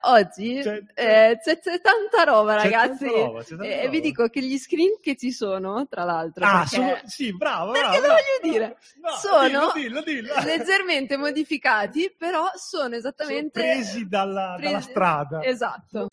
oggi c'è tanta roba, ragazzi. C'è tanta roba. Vi dico che gli screen che ci sono, tra l'altro, sì, bravo. Perché lo voglio dire, sono dillo. leggermente modificati, però sono esattamente presi dalla strada. Esatto.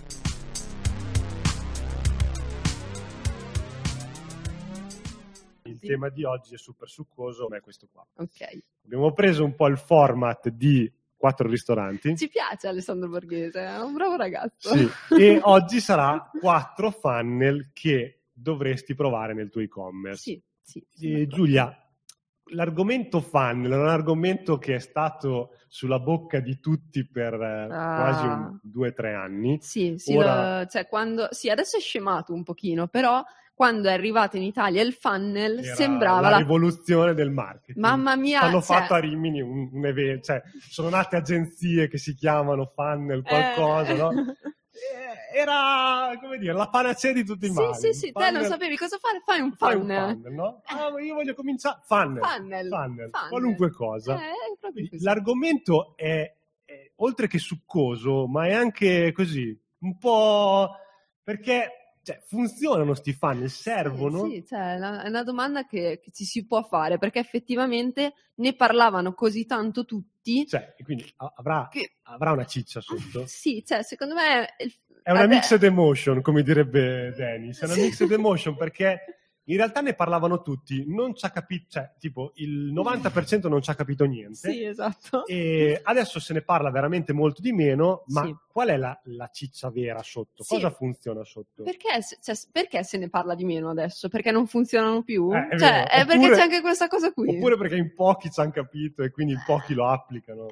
Il tema di oggi è super succoso, ma è questo qua. Ok. Abbiamo preso un po' il format di 4 ristoranti. Ci piace Alessandro Borghese, è un bravo ragazzo. Sì, e oggi sarà 4 funnel che dovresti provare nel tuo e-commerce. Sì. Giulia, l'argomento funnel è un argomento che è stato sulla bocca di tutti per quasi 2 o 3 anni. Sì, Ora, adesso è scemato un pochino, però quando è arrivato in Italia il funnel sembrava la rivoluzione del marketing. Mamma mia! Hanno fatto a Rimini un evento, cioè sono nate agenzie che si chiamano funnel qualcosa, no? Era, come dire, la panacea di tutti i mali. Sì, te non sapevi cosa fare? Fai un funnel, no? Io voglio cominciare. Funnel. Qualunque cosa. L'argomento è oltre che succoso, ma è anche così, un po' perché funzionano sti funnel, servono? Sì, è una domanda che ci si può fare, perché effettivamente ne parlavano così tanto tutti. Quindi avrà una ciccia sotto? Sì, secondo me è una mixed emotion, come direbbe Dennis. È una mixed emotion perché in realtà ne parlavano tutti, non ci ha capito, tipo il 90% non ci ha capito niente. Sì, esatto. E adesso se ne parla veramente molto di meno, ma qual è la ciccia vera sotto? Cosa funziona sotto? Perché se ne parla di meno adesso? Perché non funzionano più? È perché c'è anche questa cosa qui. Oppure perché in pochi ci hanno capito e quindi in pochi lo applicano.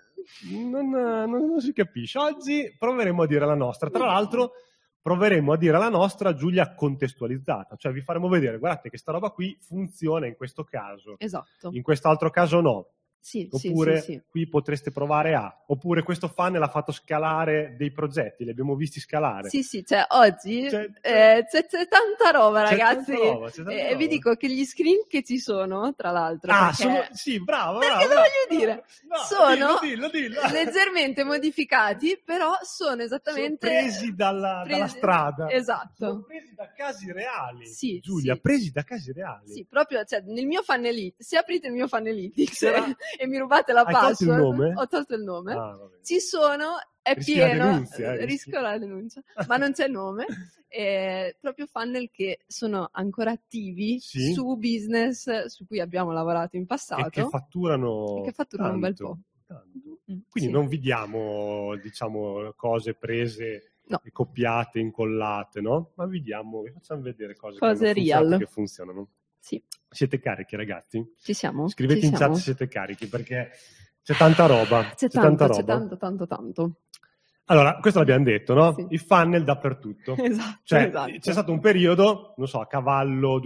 Non si capisce. Oggi proveremo a dire la nostra. Tra l'altro proveremo a dire la nostra, Giulia, contestualizzata. Cioè vi faremo vedere, guardate che sta roba qui funziona in questo caso. Esatto. In quest'altro caso no. Oppure qui potreste provare oppure questo funnel ha fatto scalare dei progetti, li abbiamo visti scalare. Oggi c'è tanta roba, ragazzi. C'è tanta roba. Vi dico che gli screen che ci sono, tra l'altro, bravo. Perché lo voglio dire, sono dillo. leggermente modificati, però sono esattamente presi dalla strada. Esatto. Sono presi da casi reali. Sì, Giulia, presi da casi reali. Sì, proprio, nel mio funnelitics, se aprite il mio funnelitics e mi rubate la password. Hai tolto il nome? Ho tolto il nome. Ci Rischi pieno. Rischio la denuncia, ma non c'è il nome. Proprio funnel che sono ancora attivi su business su cui abbiamo lavorato in passato. E che fatturano un bel po'. Quindi non vi diamo, cose prese e copiate, incollate, no? Ma vi facciamo vedere cose real che funzionano. Sì. Siete carichi, ragazzi? Ci siamo? Scrivete in chat se siete carichi, perché c'è tanta roba. C'è tanto. Allora, questo l'abbiamo detto, no? Sì. I funnel dappertutto. Esatto. C'è stato un periodo, non so, a cavallo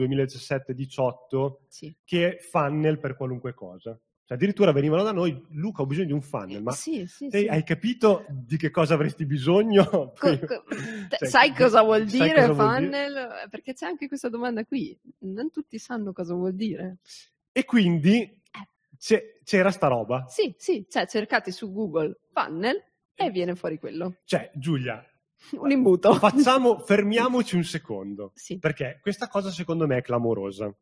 2017-18, che funnel per qualunque cosa. Addirittura venivano da noi, Luca, ho bisogno di un funnel, ma hai capito di che cosa avresti bisogno? Sai cosa vuol dire funnel? Perché c'è anche questa domanda qui, non tutti sanno cosa vuol dire. E quindi c'era sta roba. Sì, cercate su Google funnel e viene fuori quello. Giulia, un imbuto. Fermiamoci un secondo, perché questa cosa secondo me è clamorosa.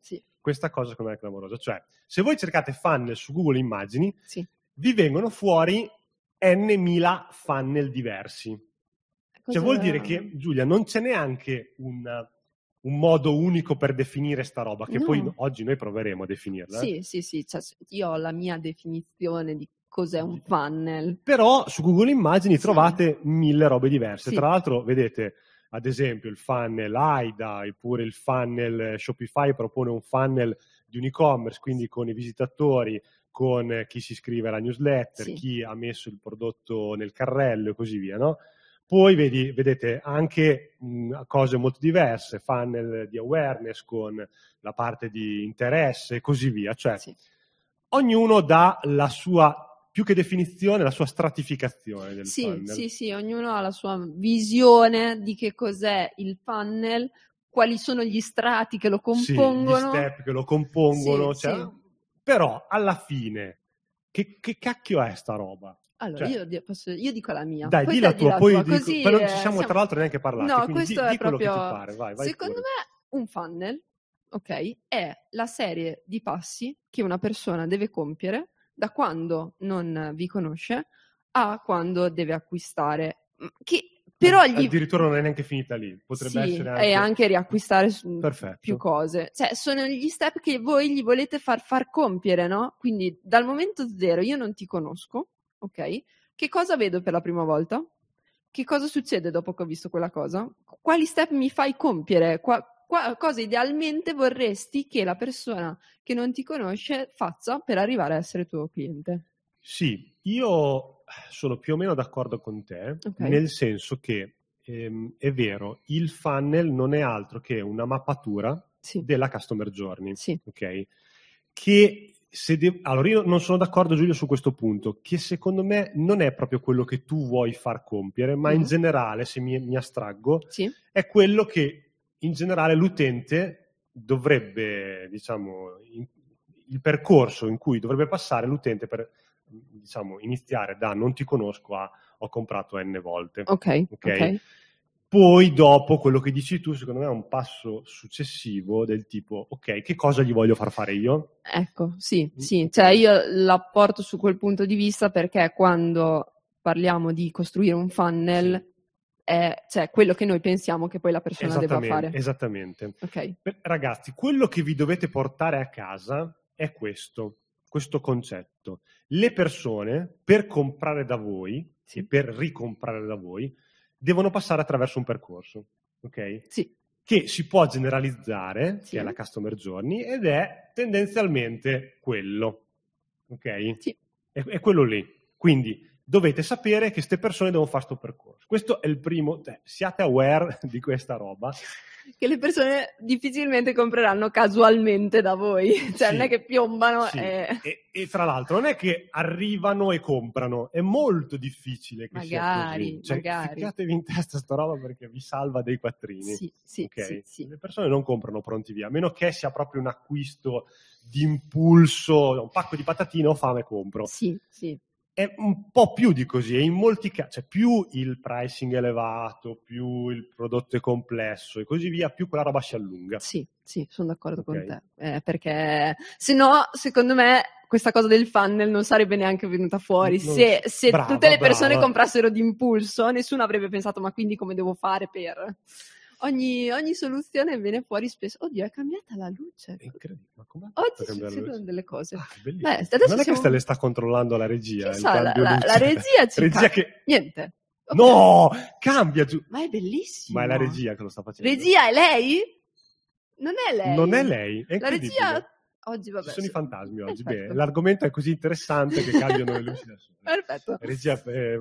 Cioè, se voi cercate funnel su Google Immagini, vi vengono fuori n.000 funnel diversi. Vuol dire che, Giulia, non c'è neanche un modo unico per definire sta roba, che poi oggi noi proveremo a definirla. Sì, io ho la mia definizione di cos'è un funnel. Però su Google Immagini trovate 1000 robe diverse. Tra l'altro, vedete, ad esempio, il funnel AIDA, oppure il funnel Shopify propone un funnel di un e-commerce, quindi con i visitatori, con chi si iscrive alla newsletter, chi ha messo il prodotto nel carrello e così via, no? Poi vedete anche cose molto diverse, funnel di awareness con la parte di interesse e così via. Cioè, ognuno dà la sua, più che definizione, la sua stratificazione del funnel. Sì, ognuno ha la sua visione di che cos'è il funnel, quali sono gli strati che lo compongono. Gli step che lo compongono. Però, alla fine, che cacchio è sta roba? Allora, io dico la mia. Dai, poi di la tua, poi dico, così poi non ci siamo tra l'altro neanche parlati, No, quindi questo di è quello che ti proprio... pare, vai Secondo pure. me un funnel, ok, è la serie di passi che una persona deve compiere da quando non vi conosce a quando deve acquistare. Che però addirittura non è neanche finita lì, potrebbe essere anche... e anche riacquistare più Perfetto. cose. Cioè, sono gli step che voi gli volete far compiere, no? Quindi dal momento zero io non ti conosco, ok? Che cosa vedo per la prima volta? Che cosa succede dopo che ho visto quella cosa? Quali step mi fai compiere? Cosa idealmente vorresti che la persona che non ti conosce faccia per arrivare a essere tuo cliente? Sì, io sono più o meno d'accordo con te, nel senso che è vero, il funnel non è altro che una mappatura della customer journey, ok? Che allora io non sono d'accordo, Giulio, su questo punto, che secondo me non è proprio quello che tu vuoi far compiere, ma in generale, se mi astraggo, è quello che in generale l'utente dovrebbe, diciamo, il percorso in cui dovrebbe passare l'utente per, diciamo, iniziare da non ti conosco a ho comprato n volte. Ok. Poi dopo quello che dici tu, secondo me è un passo successivo del tipo, ok, che cosa gli voglio far fare io? Ecco, sì, cioè io la porto su quel punto di vista perché quando parliamo di costruire un funnel è cioè, quello che noi pensiamo che poi la persona debba fare. Esattamente. Okay. Ragazzi, quello che vi dovete portare a casa è questo concetto. Le persone, per comprare da voi e per ricomprare da voi, devono passare attraverso un percorso, ok? Sì. Che si può generalizzare, che è la customer journey, ed è tendenzialmente quello, ok? Sì. È quello lì. Quindi dovete sapere che queste persone devono fare questo percorso. Questo è il primo, siate aware di questa roba. Che le persone difficilmente compreranno casualmente da voi, cioè non è che piombano e tra l'altro non è che arrivano e comprano, è molto difficile che sia così. Cioè, ficcatevi in testa sta roba perché vi salva dei quattrini. Okay? Le persone non comprano pronti via, a meno che sia proprio un acquisto di impulso, un pacco di patatine ho fame compro. Sì. È un po' più di così, e in molti casi, cioè più il pricing è elevato, più il prodotto è complesso e così via, più quella roba si allunga. Sì, sono d'accordo con te, perché se no, secondo me, questa cosa del funnel non sarebbe neanche venuta fuori. Se tutte le persone comprassero d'impulso, nessuno avrebbe pensato, ma quindi come devo fare per... Ogni soluzione viene fuori spesso. Oddio, è cambiata la luce. È incredibile. Ma come oggi succedono delle cose. Non è che le sta controllando la regia? Chissà, la regia ci niente. Okay. No, cambia giù. Ma è bellissimo. Ma è la regia che lo sta facendo. Regia è lei? Non è lei. Non è lei, è incredibile. La regia oggi, vabbè. Ci sono i fantasmi oggi. Bene, l'argomento è così interessante che cambiano le luci da sole. Perfetto. Regia,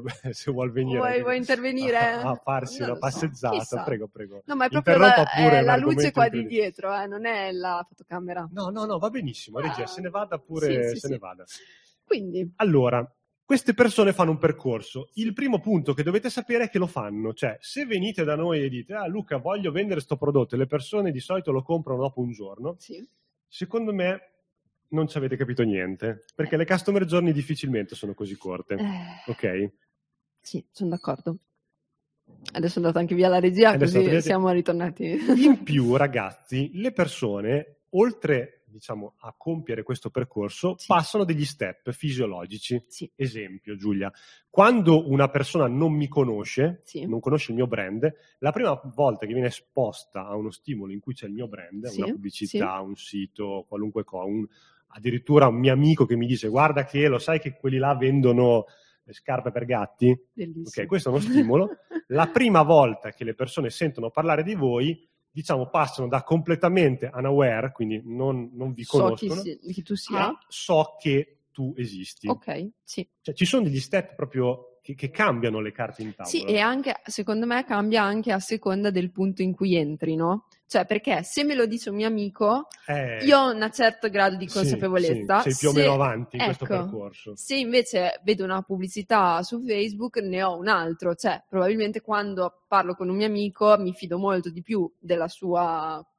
se vuol venire vuoi intervenire a farsi una passeggiata, prego. No, ma è proprio la luce qua di dietro, non è la fotocamera. No, va benissimo, regia, se ne vada pure, ne vada. Quindi, allora, queste persone fanno un percorso. Il primo punto che dovete sapere è che lo fanno. Cioè, se venite da noi e dite, Luca, voglio vendere sto prodotto, e le persone di solito lo comprano dopo un giorno, secondo me non ci avete capito niente, perché le customer journey difficilmente sono così corte. Ok? Sì, sono d'accordo. Adesso è andata anche via la regia, così siamo ritornati. In più, ragazzi, le persone, oltre, diciamo, a compiere questo percorso, passano degli step fisiologici. Esempio, Giulia, quando una persona non mi conosce, non conosce il mio brand, la prima volta che viene esposta a uno stimolo in cui c'è il mio brand, una pubblicità, un sito, qualunque cosa, addirittura un mio amico che mi dice guarda che lo sai che quelli là vendono le scarpe per gatti? Bellissimo. Ok, questo è uno stimolo. La prima volta che le persone sentono parlare di voi, diciamo, passano da completamente unaware, quindi non vi conoscono, chi tu sia, so che tu esisti. Ok, sì. Cioè, ci sono degli step proprio che cambiano le carte in tavola. Sì, e anche, secondo me, cambia anche a seconda del punto in cui entri, no? Cioè, perché se me lo dice un mio amico, io ho un certo grado di consapevolezza. Sei più o meno avanti in questo percorso. Se invece vedo una pubblicità su Facebook, ne ho un altro. Cioè, probabilmente quando parlo con un mio amico mi fido molto di più della sua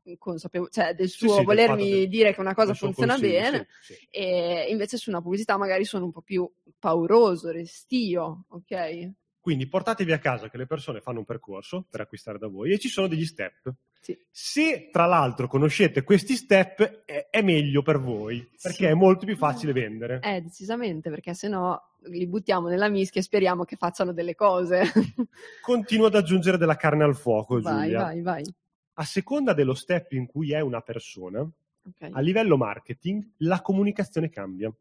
cioè del suo volermi dire che una cosa funziona bene, sì. E invece su una pubblicità magari sono un po' più pauroso, restio, ok? Quindi portatevi a casa che le persone fanno un percorso per acquistare da voi e ci sono degli step. Sì. Se tra l'altro conoscete questi step è meglio per voi, perché Sì. è molto più facile vendere. Decisamente, perché sennò li buttiamo nella mischia e speriamo che facciano delle cose. Continuo ad aggiungere della carne al fuoco, Giulia. Vai. A seconda dello step in cui è una persona, Okay. a livello marketing, la comunicazione cambia.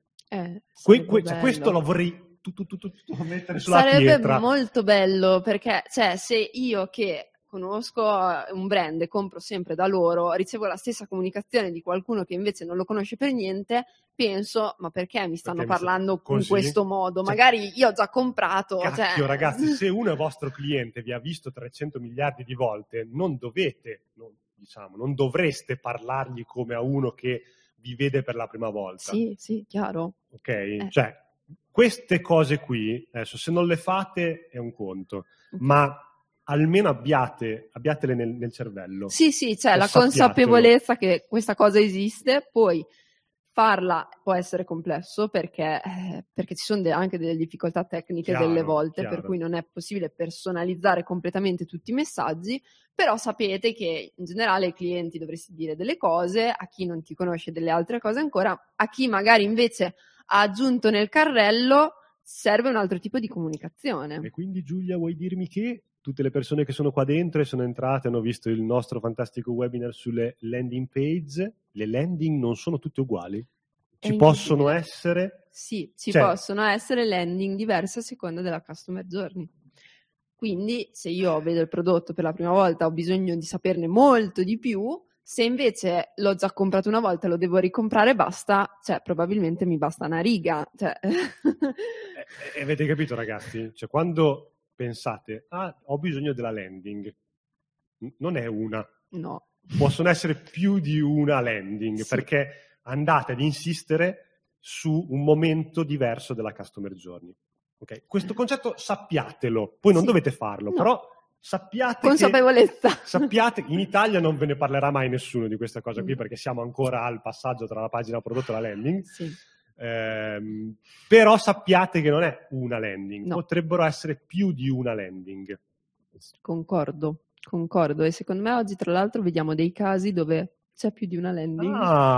Questo lo vorrei mettere sulla pietra. Sarebbe molto bello, perché cioè, se io che conosco un brand e compro sempre da loro, ricevo la stessa comunicazione di qualcuno che invece non lo conosce per niente, penso, ma perché mi stanno parlando in questo modo? Cioè, magari io ho già comprato. Cacchio, ragazzi, se uno è vostro cliente, vi ha visto 300 miliardi di volte, non dovreste parlargli come a uno che vi vede per la prima volta. Sì, chiaro. Ok? Cioè, queste cose qui, adesso, se non le fate è un conto, ma almeno abbiatele nel cervello. Sì, c'è la consapevolezza che questa cosa esiste, poi farla può essere complesso perché ci sono anche delle difficoltà tecniche delle volte, per cui non è possibile personalizzare completamente tutti i messaggi, però sapete che in generale ai clienti dovresti dire delle cose, a chi non ti conosce delle altre cose ancora, a chi magari invece ha aggiunto nel carrello serve un altro tipo di comunicazione. E quindi Giulia, vuoi dirmi che tutte le persone che sono qua dentro e sono entrate hanno visto il nostro fantastico webinar sulle landing page, le landing non sono tutte uguali? Ci possono essere? Sì, possono essere landing diverse a seconda della customer journey. Quindi se io vedo il prodotto per la prima volta ho bisogno di saperne molto di più, se invece l'ho già comprato una volta e lo devo ricomprare basta, cioè probabilmente mi basta una riga. Cioè. Avete capito, ragazzi? Cioè, quando pensate, ho bisogno della landing, non è una. No. Possono essere più di una landing, perché andate ad insistere su un momento diverso della customer journey. Okay? Questo concetto sappiatelo, poi non dovete farlo, però sappiate consapevolezza. Sappiate, in Italia non ve ne parlerà mai nessuno di questa cosa qui, perché siamo ancora al passaggio tra la pagina prodotto e la landing. Sì. Però sappiate che non è una landing, no. Potrebbero essere più di una landing. Concordo, e secondo me oggi tra l'altro vediamo dei casi dove c'è più di una landing.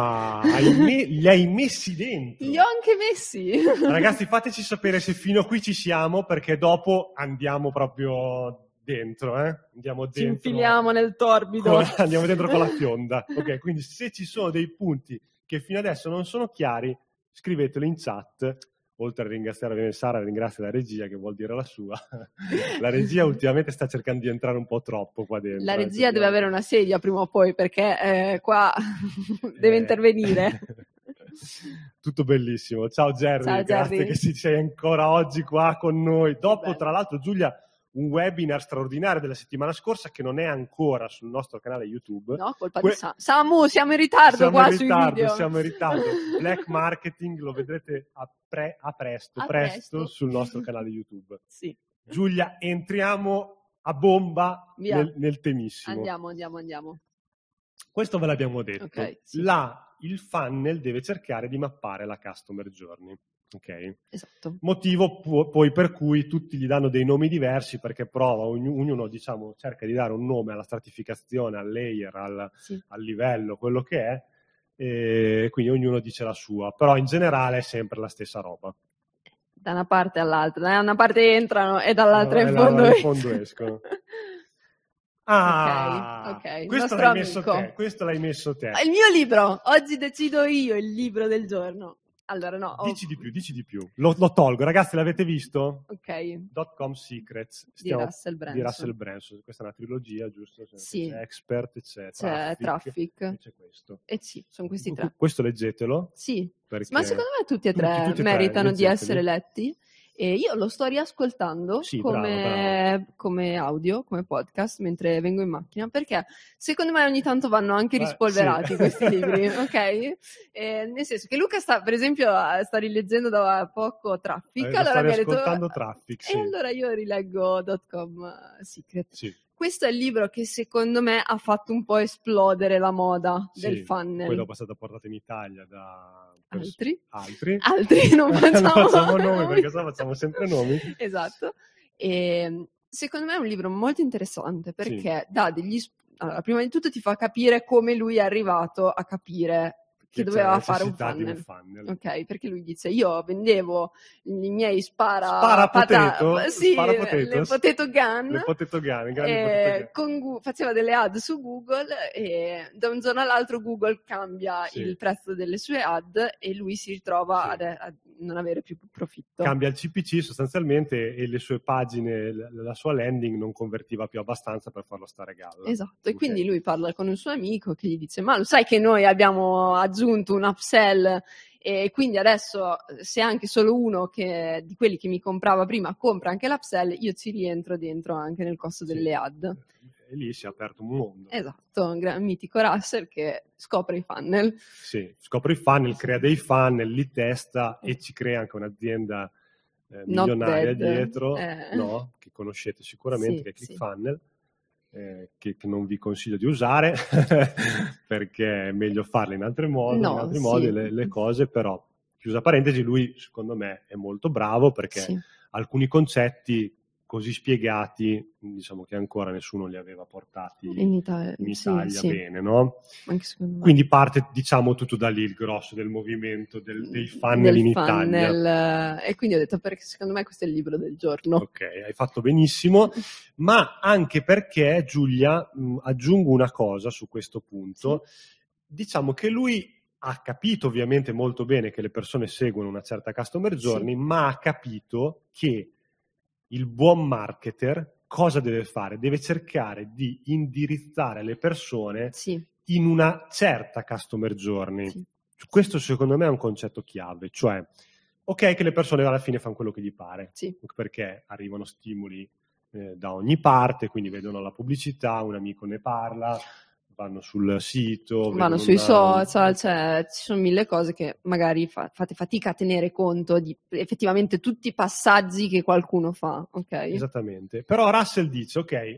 Li hai messi dentro. Li ho anche messi. Ragazzi, fateci sapere se fino a qui ci siamo, perché dopo andiamo proprio dentro, Andiamo dentro. Ci infiliamo nel torbido. Andiamo dentro con la fionda. Ok, quindi se ci sono dei punti che fino adesso non sono chiari, scrivetelo in chat. Oltre a ringraziare Sara, ringrazio la regia, che vuol dire la sua. La regia ultimamente sta cercando di entrare un po' troppo qua dentro. La regia deve avere una sedia prima o poi, perché qua deve intervenire. Tutto bellissimo. Ciao Jerry, Ciao, grazie Jerry. che sei ancora oggi qua con noi. Dopo, tra l'altro, Giulia, un webinar straordinario della settimana scorsa che non è ancora sul nostro canale YouTube. No, colpa di Samu, siamo in ritardo sui video. Siamo in ritardo. Black Marketing lo vedrete a presto sul nostro canale YouTube. Sì. Giulia, entriamo a bomba nel temissimo. Andiamo. Questo ve l'abbiamo detto. Okay, Il funnel deve cercare di mappare la customer journey. Ok? Esatto. Motivo poi per cui tutti gli danno dei nomi diversi, perché ognuno diciamo cerca di dare un nome alla stratificazione, al layer, al livello, quello che è, e quindi ognuno dice la sua, però in generale è sempre la stessa roba. Da una parte all'altra, da una parte entrano e dall'altra in fondo escono. Ok. Questo l'hai messo te. Il mio libro, oggi decido io il libro del giorno. Allora, no. Dici di più. Lo tolgo. Ragazzi, l'avete visto? Ok. .com Secrets di Russell Branson. Questa è una trilogia, giusto? Sì. C'è Expert, c'è Traffic. E c'è questo. Sì, sono questi tre. Questo leggetelo. Sì. Ma secondo me tutti e tre meritano di essere letti. E io lo sto riascoltando come come audio, come podcast, mentre vengo in macchina, perché secondo me ogni tanto vanno anche rispolverati sì. questi libri, ok? Nel senso che Luca per esempio, sta rileggendo da poco Traffic, allora mi ha detto, ascoltando Traffic, sì. e allora io rileggo .com Secret. Sì. Questo è il libro che secondo me ha fatto un po' esplodere la moda del Sì, funnel. poi dopo è stata portata in Italia da altri non non facciamo nomi perché sennò facciamo sempre nomi. Esatto. E secondo me è un libro molto interessante perché dà degli allora, prima di tutto ti fa capire come lui è arrivato a capire che doveva fare un funnel. Ok, perché lui dice io vendevo i miei le potato gun, faceva delle ad su Google e da un giorno all'altro Google cambia il prezzo delle sue ad e lui si ritrova a non avere più profitto. Cambia il CPC sostanzialmente e le sue pagine, la sua landing non convertiva più abbastanza per farlo stare a galla. Esatto, e quindi lui parla con un suo amico che gli dice ma lo sai che noi abbiamo aggiunto un upsell e quindi adesso se anche solo uno di quelli che mi comprava prima compra anche l'upsell, io ci rientro dentro anche nel costo delle ad. E lì si è aperto un mondo. Esatto, un mitico Russell che scopre i funnel. Sì, scopre i funnel, crea dei funnel, li testa e ci crea anche un'azienda milionaria dietro, no? Che conoscete sicuramente, che è ClickFunnels. Che non vi consiglio di usare perché è meglio farle in altri modi le cose, però chiusa parentesi, lui secondo me è molto bravo perché alcuni concetti così spiegati diciamo che ancora nessuno li aveva portati in Italia bene, no? Anche secondo me. Quindi parte diciamo tutto da lì il grosso del movimento dei funnel in Italia. E quindi ho detto perché secondo me questo è il libro del giorno. Ok, hai fatto benissimo, ma anche perché Giulia, aggiungo una cosa su questo punto, diciamo che lui ha capito ovviamente molto bene che le persone seguono una certa customer journey, ma ha capito che il buon marketer cosa deve fare? Deve cercare di indirizzare le persone in una certa customer journey. Questo secondo me è un concetto chiave, cioè ok che le persone alla fine fanno quello che gli pare, perché arrivano stimoli da ogni parte, quindi vedono la pubblicità, un amico ne parla, vanno sul sito, vanno sui social, cioè ci sono mille cose che magari fate fatica a tenere conto di effettivamente tutti i passaggi che qualcuno fa, ok? Esattamente, però Russell dice ok,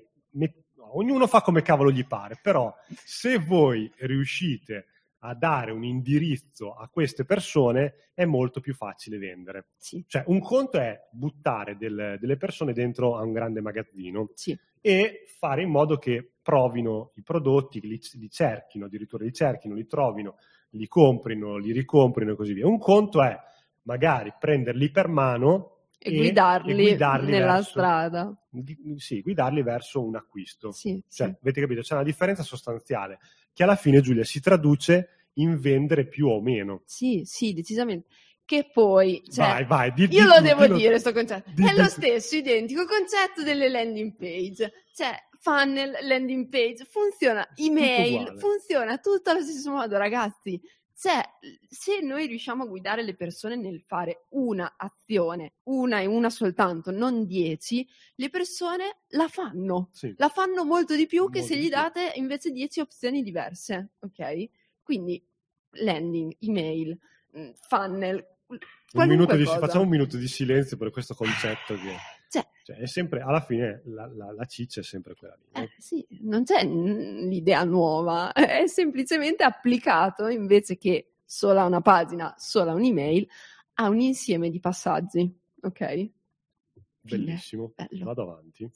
ognuno fa come cavolo gli pare, però se voi riuscite a dare un indirizzo a queste persone è molto più facile vendere. Cioè un conto è buttare delle persone dentro a un grande magazzino e fare in modo che provino i prodotti, li cerchino, addirittura li cerchino, li trovino, li comprino, li ricomprino e così via. Un conto è magari prenderli per mano e guidarli nella strada. Sì, guidarli verso un acquisto. Cioè, avete capito? C'è una differenza sostanziale che alla fine, Giulia, si traduce in vendere più o meno. Sì, decisamente. Che poi, cioè, vai, io lo devo dire questo concetto, è lo stesso identico concetto delle landing page, cioè funnel, landing page, funziona, email, funziona tutto allo stesso modo, ragazzi. Cioè, se noi riusciamo a guidare le persone nel fare una azione, una e una soltanto, non 10, le persone la fanno molto di più che se gli date invece 10 opzioni diverse, ok? Quindi landing, email, funnel, facciamo un minuto di silenzio per questo concetto che cioè, è sempre, alla fine la ciccia è sempre quella lì. Non c'è l'idea nuova, è semplicemente applicato invece che sola una pagina, sola un'email, a un insieme di passaggi, ok? Bellissimo, bello. Vado avanti.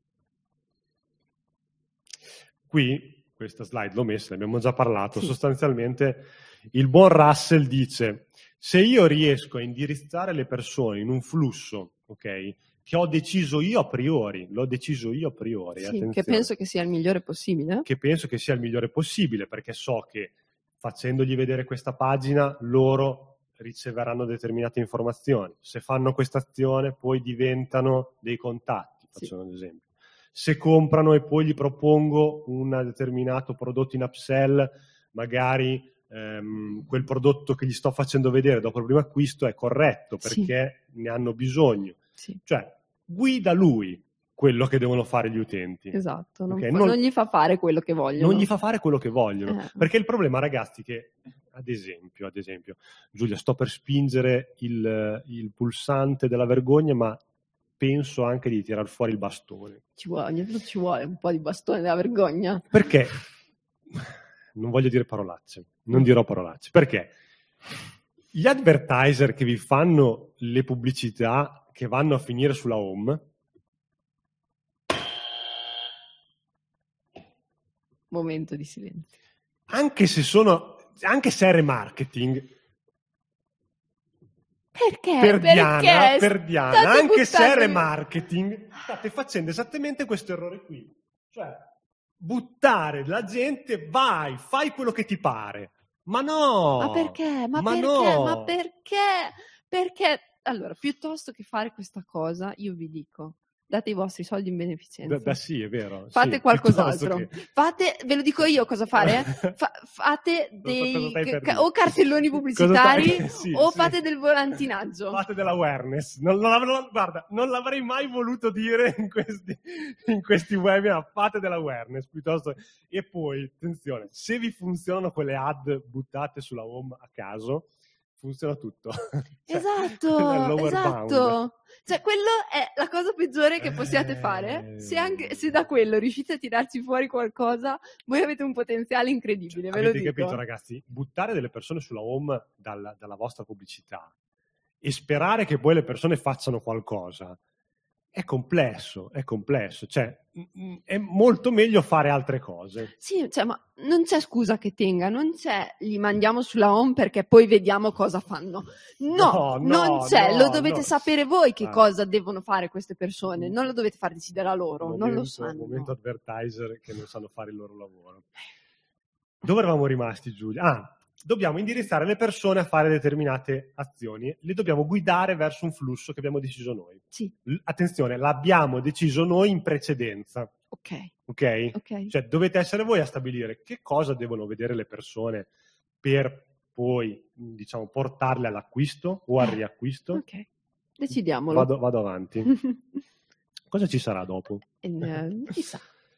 Qui, questa slide l'ho messa, ne abbiamo già parlato, sostanzialmente il buon Russell dice, se io riesco a indirizzare le persone in un flusso, ok, che ho deciso io a priori, che penso che sia il migliore possibile. Che penso che sia il migliore possibile, perché so che facendogli vedere questa pagina, loro riceveranno determinate informazioni. Se fanno questa azione, poi diventano dei contatti, faccio un esempio. Se comprano e poi gli propongo un determinato prodotto in upsell, magari quel prodotto che gli sto facendo vedere dopo il primo acquisto è corretto perché ne hanno bisogno. Cioè, guida lui quello che devono fare gli utenti. Esatto, non, Okay? non gli fa fare quello che vogliono. Non gli fa fare quello che vogliono. Perché il problema, ragazzi, che ad esempio, Giulia, sto per spingere il pulsante della vergogna, ma penso anche di tirar fuori il bastone. Ci vuole un po' di bastone della vergogna. Perché? Non voglio dire parolacce, non dirò parolacce. Perché? Gli advertiser che vi fanno le pubblicità che vanno a finire sulla home, Momento di silenzio. anche se è remarketing, per Diana, anche se è remarketing, state facendo esattamente questo errore qui. Cioè, buttare la gente, vai, fai quello che ti pare. Ma no! Ma perché? Ma perché? no! Ma perché? Perché? Allora, piuttosto che fare questa cosa, io vi dico, date i vostri soldi in beneficenza. Beh, sì, è vero. Fate sì, qualcos'altro. che... Fate, ve lo dico io cosa fare. Fate dei o cartelloni pubblicitari o fate del volantinaggio. Fate dell'awareness. Guarda, non l'avrei mai voluto dire in questi webinar. Fate dell'awareness piuttosto. E poi, attenzione, se vi funzionano quelle ad buttate sulla home a caso, funziona tutto. Esatto. Bound. Cioè, quello è la cosa peggiore che possiate fare. Se da quello riuscite a tirarci fuori qualcosa, voi avete un potenziale incredibile, ve lo dico. Avete capito, ragazzi? Buttare delle persone sulla home dalla vostra pubblicità e sperare che poi le persone facciano qualcosa è complesso. Cioè, è molto meglio fare altre cose. Sì, cioè, ma non c'è scusa che tenga, non c'è li mandiamo sulla home perché poi vediamo cosa fanno. No, non c'è, lo dovete sapere voi che cosa devono fare queste persone, non lo dovete far decidere a loro, non lo sanno. Momento advertiser che non sanno fare il loro lavoro. Dove eravamo rimasti, Giulia? Dobbiamo indirizzare le persone a fare determinate azioni, le dobbiamo guidare verso un flusso che abbiamo deciso noi. Sì. Attenzione, l'abbiamo deciso noi in precedenza. Ok? Cioè dovete essere voi a stabilire che cosa devono vedere le persone per poi, diciamo, portarle all'acquisto o al riacquisto. Ok, decidiamolo. Vado avanti. Cosa ci sarà dopo? Chissà.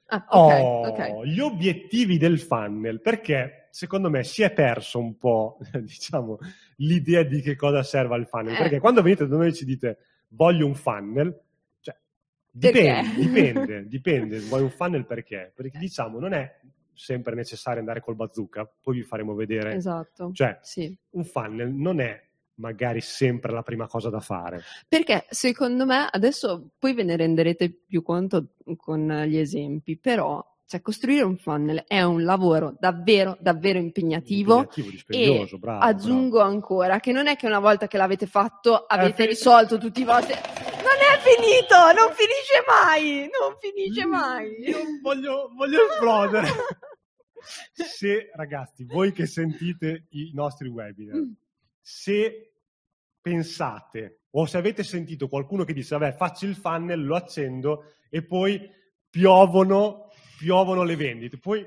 Ok. Gli obiettivi del funnel, perché secondo me si è perso un po', diciamo, l'idea di che cosa serve al funnel, perché quando venite da noi e ci dite voglio un funnel, cioè dipende, vuoi un funnel perché? Perché diciamo non è sempre necessario andare col bazooka, poi vi faremo vedere. Esatto. Cioè, sì. Un funnel non è magari sempre la prima cosa da fare. Perché secondo me, adesso poi ve ne renderete più conto con gli esempi, però cioè, costruire un funnel è un lavoro davvero, davvero impegnativo dispendioso, e bravo, aggiungo ancora che non è che una volta che l'avete fatto avete risolto tutti i vostri... Non è finito, non finisce mai. Io voglio esplodere. Se, ragazzi, voi che sentite i nostri webinar, se pensate o se avete sentito qualcuno che dice vabbè faccio il funnel, lo accendo e poi piovono le vendite, poi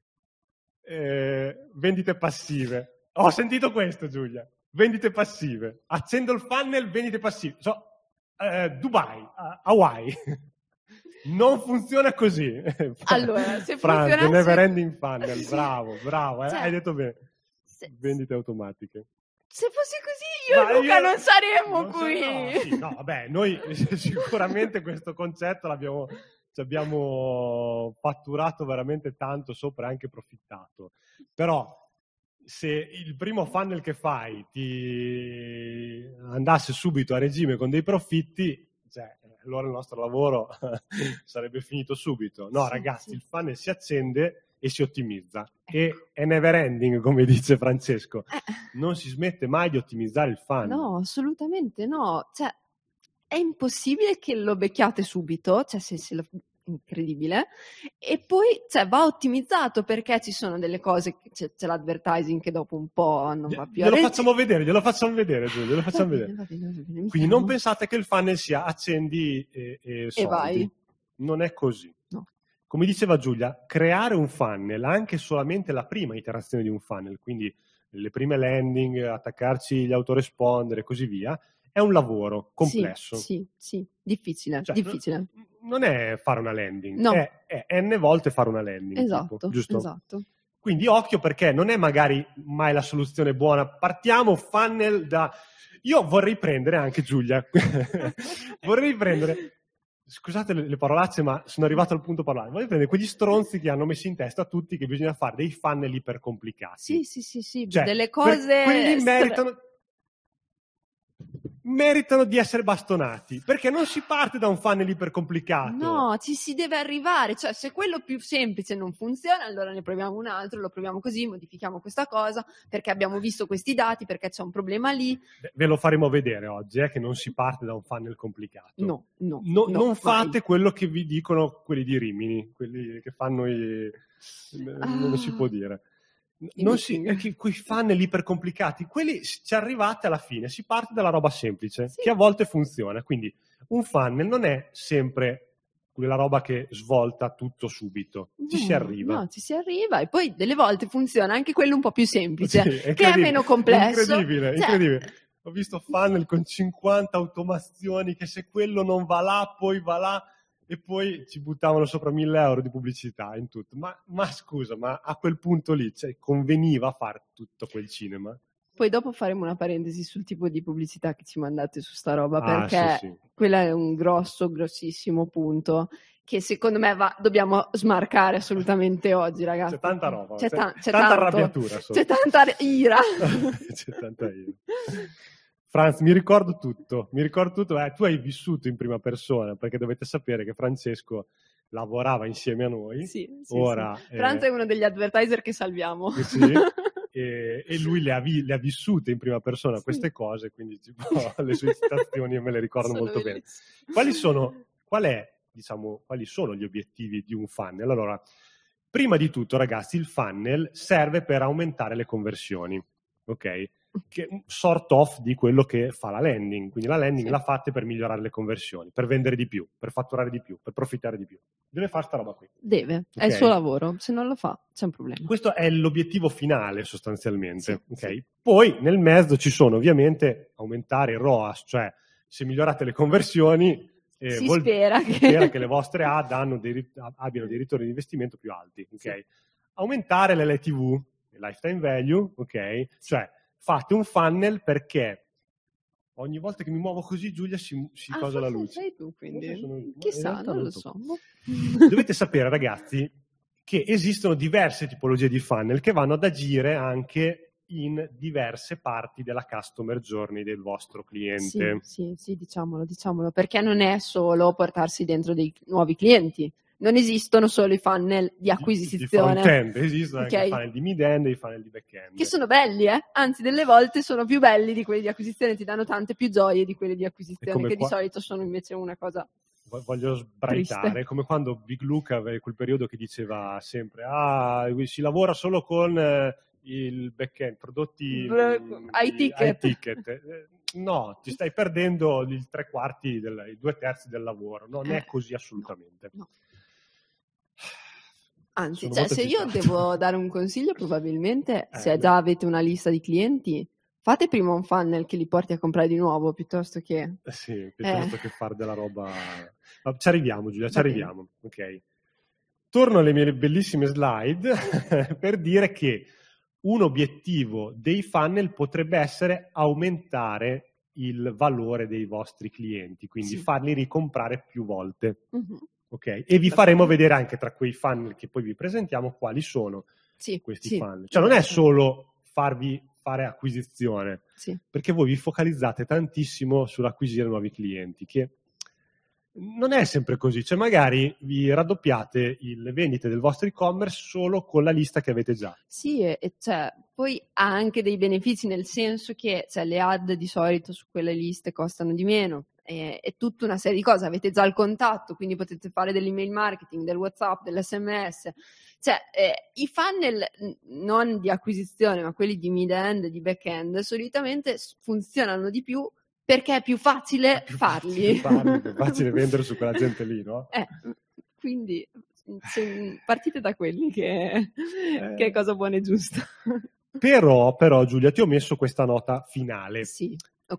vendite passive. Ho sentito questo, Giulia, vendite passive, accendo il funnel, vendite passive. Dubai, Hawaii. Non funziona così. Allora, se Franz, funzionasse... never ending funnel, bravo, cioè, hai detto bene. Vendite automatiche. Se fosse così io e Luca non saremmo qui. Vabbè, noi sicuramente questo concetto ci abbiamo fatturato veramente tanto sopra e anche profittato. Però se il primo funnel che fai ti andasse subito a regime con dei profitti, allora il nostro lavoro sarebbe finito subito. No, ragazzi, il funnel si accende e si ottimizza. E è never ending, come dice Francesco. Non si smette mai di ottimizzare il funnel. No, assolutamente no. Cioè, è impossibile che lo becchiate subito, cioè se lo... incredibile, e poi va ottimizzato perché ci sono delle cose, c'è l'advertising che dopo un po' non va più. Glielo facciamo vedere, Giulio, Va bene. Quindi non pensate che il funnel sia accendi e soldi. E vai. Non è così. No. Come diceva Giulia, creare un funnel, anche solamente la prima iterazione di un funnel, quindi le prime landing, attaccarci gli autoresponder e così via, è un lavoro complesso. Sì, difficile, Cioè, difficile. Non è fare una landing, No. è n volte fare una landing. Esatto, tipo, giusto? esatto. Quindi occhio, perché non è magari mai la soluzione buona. Partiamo funnel da... Io vorrei prendere anche Giulia. Vorrei prendere... Scusate le parolacce, ma sono arrivato al punto parlare. Vorrei prendere quegli stronzi che hanno messo in testa a tutti che bisogna fare dei funnel ipercomplicati. Sì, Cioè, delle cose... quelli meritano di essere bastonati, perché non si parte da un funnel ipercomplicato. No, ci si deve arrivare, cioè se quello più semplice non funziona, allora ne proviamo un altro, lo proviamo così, modifichiamo questa cosa, perché abbiamo visto questi dati, perché c'è un problema lì. Ve lo faremo vedere oggi, che non si parte da un funnel complicato. No, non fate mai. quello che vi dicono quelli di Rimini, quelli che fanno non si può dire. Quei funnel ipercomplicati, quelli ci arrivate alla fine, si parte dalla roba semplice, che a volte funziona. Quindi un funnel non è sempre quella roba che svolta tutto subito, ci si arriva. No, ci si arriva, e poi delle volte funziona anche quello un po' più semplice, Sì, che è meno complesso. Incredibile. Ho visto funnel con 50 automazioni che se quello non va là, poi va là, e poi ci buttavano sopra 1.000 euro di pubblicità in tutto. Ma scusa, ma a quel punto lì, conveniva fare tutto quel cinema? Poi dopo faremo una parentesi sul tipo di pubblicità che ci mandate su sta roba, perché sì. quella è un grossissimo punto che secondo me dobbiamo smarcare assolutamente oggi, ragazzi. C'è tanta roba, c'è tanta arrabbiatura. C'è tanta ira. C'è tanta ira. Franz, mi ricordo tutto. Tu hai vissuto in prima persona, perché dovete sapere che Francesco lavorava insieme a noi. Sì. Ora, Franz è uno degli advertiser che salviamo. Sì, e lui le ha vissute in prima persona queste cose, quindi le sue citazioni me le ricordo molto bene. Quali sono gli obiettivi di un funnel? Allora, prima di tutto, ragazzi, il funnel serve per aumentare le conversioni, ok? Che è un sort of di quello che fa la landing. Quindi la landing la fate per migliorare le conversioni, per vendere di più, per fatturare di più, per profittare di più. Deve fare sta roba qui. È il suo lavoro, se non lo fa c'è un problema. Questo è l'obiettivo finale sostanzialmente, ok? Sì. Poi nel mezzo ci sono ovviamente aumentare il ROAS, cioè se migliorate le conversioni spera che le vostre ad abbiano dei ritorni di investimento più alti, ok? Sì. Aumentare l'LTV, lifetime value, ok? Cioè fate un funnel, perché ogni volta che mi muovo così, Giulia, si cosa la luce. Sei tu, quindi. Chissà, non lo so. Dovete sapere, ragazzi, che esistono diverse tipologie di funnel che vanno ad agire anche in diverse parti della customer journey del vostro cliente. Sì, diciamolo, perché non è solo portarsi dentro dei nuovi clienti. Non esistono solo i funnel di acquisizione. Di front-end, esistono anche i funnel di mid-end e i funnel di back-end. Che sono belli, anzi delle volte sono più belli di quelli di acquisizione, ti danno tante più gioie di quelli di acquisizione, che di solito sono invece una cosa voglio sbraitare, triste. Come quando Big Luca aveva quel periodo che diceva sempre si lavora solo con il back-end, prodotti iTicket. No, ti stai perdendo i 2/3 del lavoro, non è così assolutamente. No. Anzi, se io devo dare un consiglio, probabilmente, se già avete una lista di clienti, fate prima un funnel che li porti a comprare di nuovo, piuttosto che... piuttosto che fare della roba... Ci arriviamo, Giulia, arriviamo. Ok. Torno alle mie bellissime slide per dire che un obiettivo dei funnel potrebbe essere aumentare il valore dei vostri clienti, quindi farli ricomprare più volte. Uh-huh. Ok, e vi faremo vedere anche tra quei funnel che poi vi presentiamo quali sono questi funnel. Cioè non è solo farvi fare acquisizione, perché voi vi focalizzate tantissimo sull'acquisire nuovi clienti, che non è sempre così. Cioè magari vi raddoppiate le vendite del vostro e-commerce solo con la lista che avete già. Sì, e poi ha anche dei benefici, nel senso che le ad di solito su quelle liste costano di meno. È tutta una serie di cose, avete già il contatto, quindi potete fare dell'email marketing, del WhatsApp, dell'SMS. I funnel non di acquisizione, ma quelli di mid-end, di back-end, solitamente funzionano di più perché è più facile farli. È più facile vendere su quella gente lì, no? Quindi partite da quelli che è cosa buona e giusta. Però, Giulia, ti ho messo questa nota finale. Sì, ok.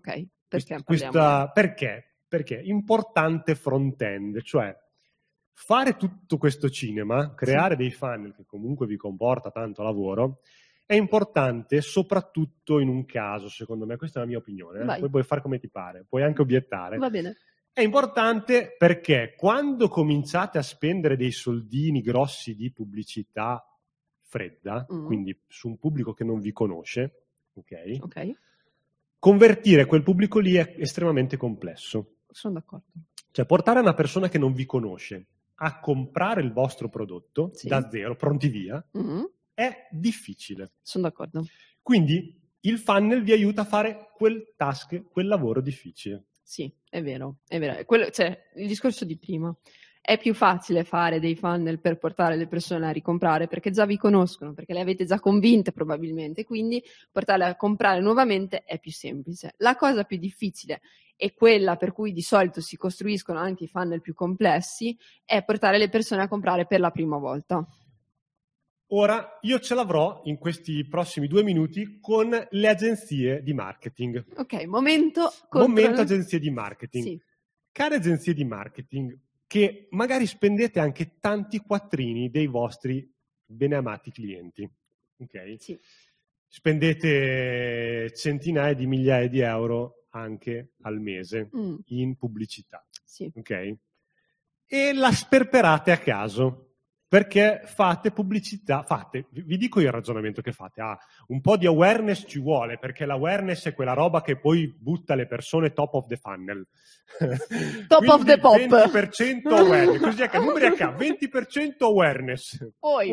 Perché? Perché è importante front-end, cioè fare tutto questo cinema, creare dei funnel che comunque vi comporta tanto lavoro, è importante soprattutto in un caso, secondo me, questa è la mia opinione, poi puoi fare come ti pare, puoi anche obiettare. Va bene. È importante perché quando cominciate a spendere dei soldini grossi di pubblicità fredda, quindi su un pubblico che non vi conosce, ok? Convertire quel pubblico lì è estremamente complesso. Sono d'accordo. Cioè portare una persona che non vi conosce a comprare il vostro prodotto da zero, pronti via, è difficile. Sono d'accordo. Quindi il funnel vi aiuta a fare quel task, quel lavoro difficile. Sì, è vero. Cioè, il discorso di prima. È più facile fare dei funnel per portare le persone a ricomprare perché già vi conoscono, perché le avete già convinte probabilmente, quindi portarle a comprare nuovamente è più semplice. La cosa più difficile e quella per cui di solito si costruiscono anche i funnel più complessi è portare le persone a comprare per la prima volta. Ora, io ce l'avrò in questi prossimi 2 minuti con le agenzie di marketing. Ok, momento agenzie di marketing. Sì. Care agenzie di marketing, che magari spendete anche tanti quattrini dei vostri beneamati clienti, ok? Sì. Spendete centinaia di migliaia di euro anche al mese in pubblicità, ok? E la sperperate a caso. Perché fate pubblicità, vi dico il ragionamento che fate, un po' di awareness ci vuole, perché l'awareness è quella roba che poi butta le persone top of the funnel. Top of the pop. 20% awareness, così è numeri a caso, 20% awareness.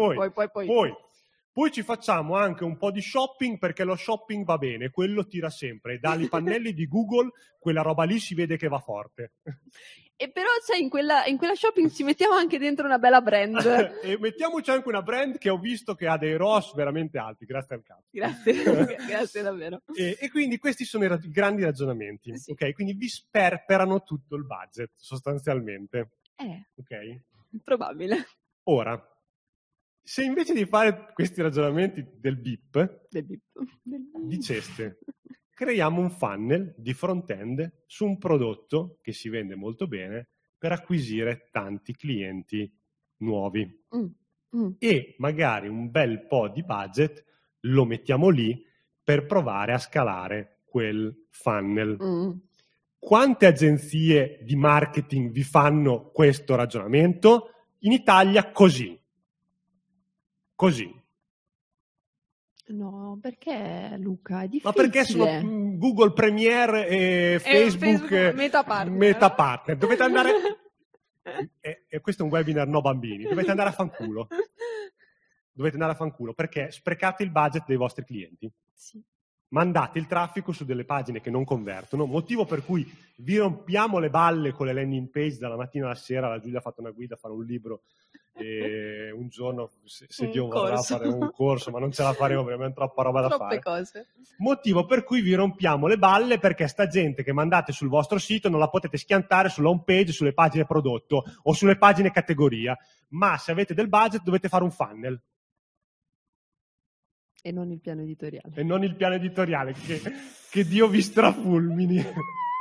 Poi ci facciamo anche un po' di shopping, perché lo shopping va bene, quello tira sempre, dai pannelli di Google, quella roba lì si vede che va forte. E però in quella shopping ci mettiamo anche dentro una bella brand. E mettiamoci anche una brand che ho visto che ha dei ROAS veramente alti, grazie al cazzo. Grazie davvero. E quindi questi sono i grandi ragionamenti, ok? Quindi vi sperperano tutto il budget, sostanzialmente. Ok? Probabile. Ora, se invece di fare questi ragionamenti del BIP. Diceste... Creiamo un funnel di front-end su un prodotto che si vende molto bene per acquisire tanti clienti nuovi. E magari un bel po' di budget lo mettiamo lì per provare a scalare quel funnel. Quante agenzie di marketing vi fanno questo ragionamento? In Italia così. No, perché Luca? È difficile. Ma perché sono Google Premiere e Facebook Meta Partner. Dovete andare... e questo è un webinar no bambini. Dovete andare a fanculo. Perché sprecate il budget dei vostri clienti. Sì. Mandate il traffico su delle pagine che non convertono, motivo per cui vi rompiamo le balle con le landing page dalla mattina alla sera. La Giulia ha fatto una guida a fare un libro e un giorno, se Dio vorrà, fare un corso, ma non ce la faremo perché abbiamo troppa roba da fare. Cose. Motivo per cui vi rompiamo le balle, perché sta gente che mandate sul vostro sito non la potete schiantare sulla home page, sulle pagine prodotto o sulle pagine categoria, ma se avete del budget dovete fare un funnel. E non il piano editoriale. Che Dio vi strafulmini. Il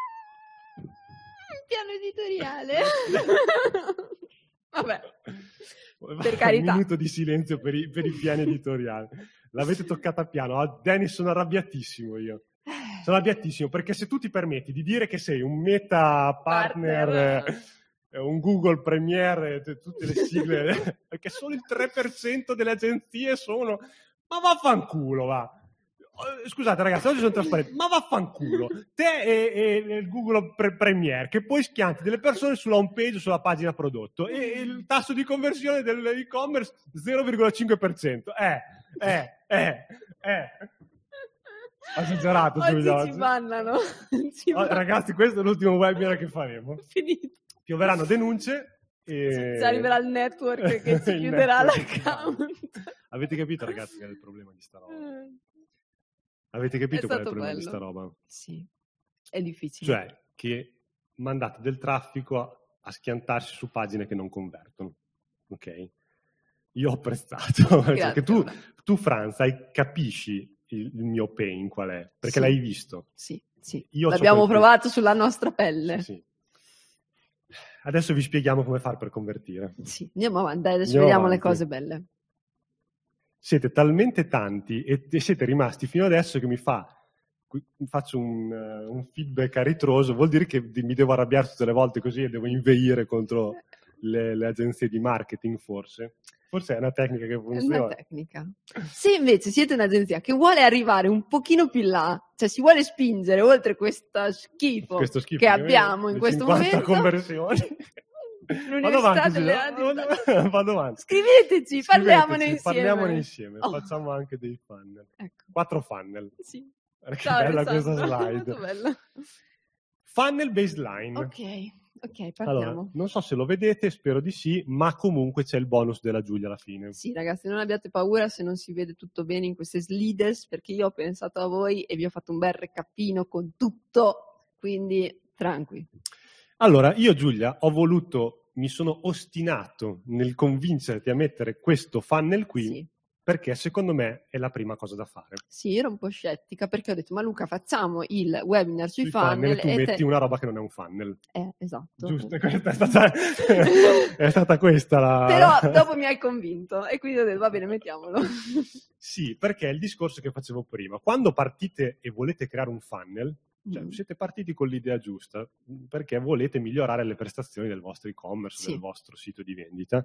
piano editoriale. Vabbè, per carità. Un minuto di silenzio per i piani editoriali. L'avete toccata piano. Dennis, sono arrabbiatissimo io. Sono arrabbiatissimo perché se tu ti permetti di dire che sei un Meta Partner, un Google Premiere, tutte le sigle, perché solo il 3% delle agenzie sono... Ma vaffanculo, va. Scusate ragazzi, oggi sono trasparente, ma vaffanculo. Te e il Google Premiere, che poi schianti delle persone sulla home page, sulla pagina prodotto, e il tasso di conversione dell'e-commerce 0,5%. Ho esagerato, Giulia. Oggi ci bannano. Ragazzi, questo è l'ultimo webinar che faremo. Finito. Pioveranno denunce. Ci arriverà il network che ci chiuderà l'account. Avete capito, ragazzi, qual è il problema di sta roba? Avete capito qual è il problema di sta roba? Sì, è difficile. Cioè, che mandate del traffico a schiantarsi su pagine che non convertono. Ok? Io ho apprezzato. Cioè, che tu Franza, capisci il mio pain qual è? Perché l'hai visto. Sì. Sì, Io l'abbiamo provato sulla nostra pelle. Sì. Adesso vi spieghiamo come fare per convertire. Sì, andiamo avanti, adesso vediamo le cose belle. Siete talmente tanti e siete rimasti fino adesso che mi faccio un feedback a ritroso, vuol dire che mi devo arrabbiare tutte le volte così e devo inveire contro le agenzie di marketing, forse. Forse è una tecnica che funziona. È una tecnica. Se invece siete un'agenzia che vuole arrivare un pochino più là, cioè si vuole spingere oltre questo schifo che abbiamo in questo momento, conversioni. L'università delle Vado avanti. Scriveteci, parliamone insieme. Facciamo anche dei funnel. Ecco. 4 funnel. Sì. Che bella questa slide. Molto bella. Funnel baseline. Ok, partiamo. Allora, non so se lo vedete, spero di sì, ma comunque c'è il bonus della Giulia alla fine. Sì, ragazzi, non abbiate paura se non si vede tutto bene in queste slides, perché io ho pensato a voi e vi ho fatto un bel recapino con tutto, quindi tranqui. Allora, io Giulia mi sono ostinato nel convincerti a mettere questo funnel qui, sì, perché secondo me è la prima cosa da fare. Sì, ero un po' scettica perché ho detto, ma Luca, facciamo il webinar sui funnel e tu metti una roba che non è un funnel. Esatto. Giusto, è stata questa la... Però dopo mi hai convinto e quindi ho detto, va bene, mettiamolo. Sì, perché è il discorso che facevo prima. Quando partite e volete creare un funnel, cioè siete partiti con l'idea giusta, perché volete migliorare le prestazioni del vostro e-commerce, sì, del vostro sito di vendita.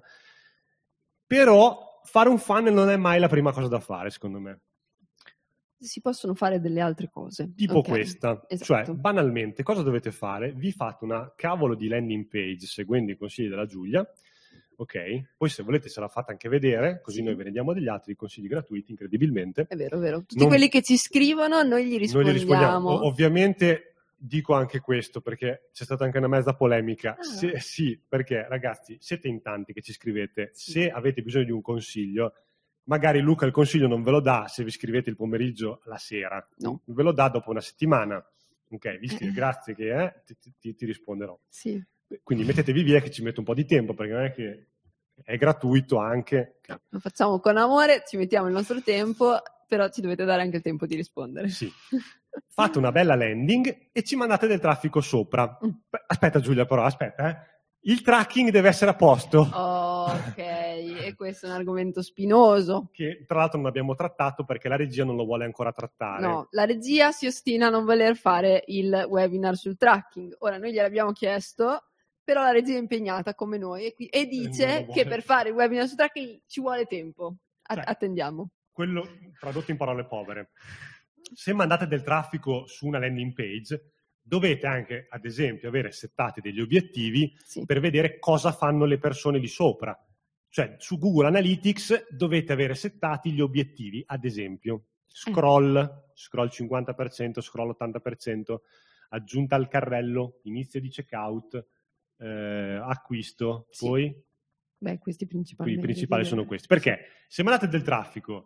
Però fare un funnel non è mai la prima cosa da fare, secondo me. Si possono fare delle altre cose. Tipo questa. Esatto. Cioè, banalmente, cosa dovete fare? Vi fate una cavolo di landing page seguendo i consigli della Giulia, ok? Poi se volete ce la fate anche vedere, così sì, noi ve ne diamo degli altri consigli gratuiti, incredibilmente. È vero. Tutti quelli che ci scrivono, noi gli rispondiamo. Ovviamente dico anche questo, perché c'è stata anche una mezza polemica. Sì, perché ragazzi, siete in tanti che ci scrivete, sì, se avete bisogno di un consiglio, magari Luca il consiglio non ve lo dà se vi scrivete il pomeriggio, la sera, no, ve lo dà dopo una settimana. Ok, vi scrive grazie che ti risponderò. Sì. Quindi mettetevi via che ci metto un po' di tempo, perché non è che è gratuito anche. Lo facciamo con amore, ci mettiamo il nostro tempo, però ci dovete dare anche il tempo di rispondere. Sì. Fate una bella landing e ci mandate del traffico sopra. Aspetta Giulia, però, aspetta. Il tracking deve essere a posto. Ok, e questo è un argomento spinoso. Che tra l'altro non abbiamo trattato perché la regia non lo vuole ancora trattare. No, la regia si ostina a non voler fare il webinar sul tracking. Ora noi gliel'abbiamo chiesto, però la regia è impegnata come noi e dice che per fare il webinar sul tracking ci vuole tempo. Attendiamo. Quello tradotto in parole povere. Se mandate del traffico su una landing page, dovete anche, ad esempio, avere settati degli obiettivi, sì, per vedere cosa fanno le persone lì sopra. Cioè, su Google Analytics dovete avere settati gli obiettivi, ad esempio, scroll 50%, scroll 80%, aggiunta al carrello, inizio di checkout, acquisto, sì, poi? Beh, questi principalmente. I principali sono questi. Perché se mandate del traffico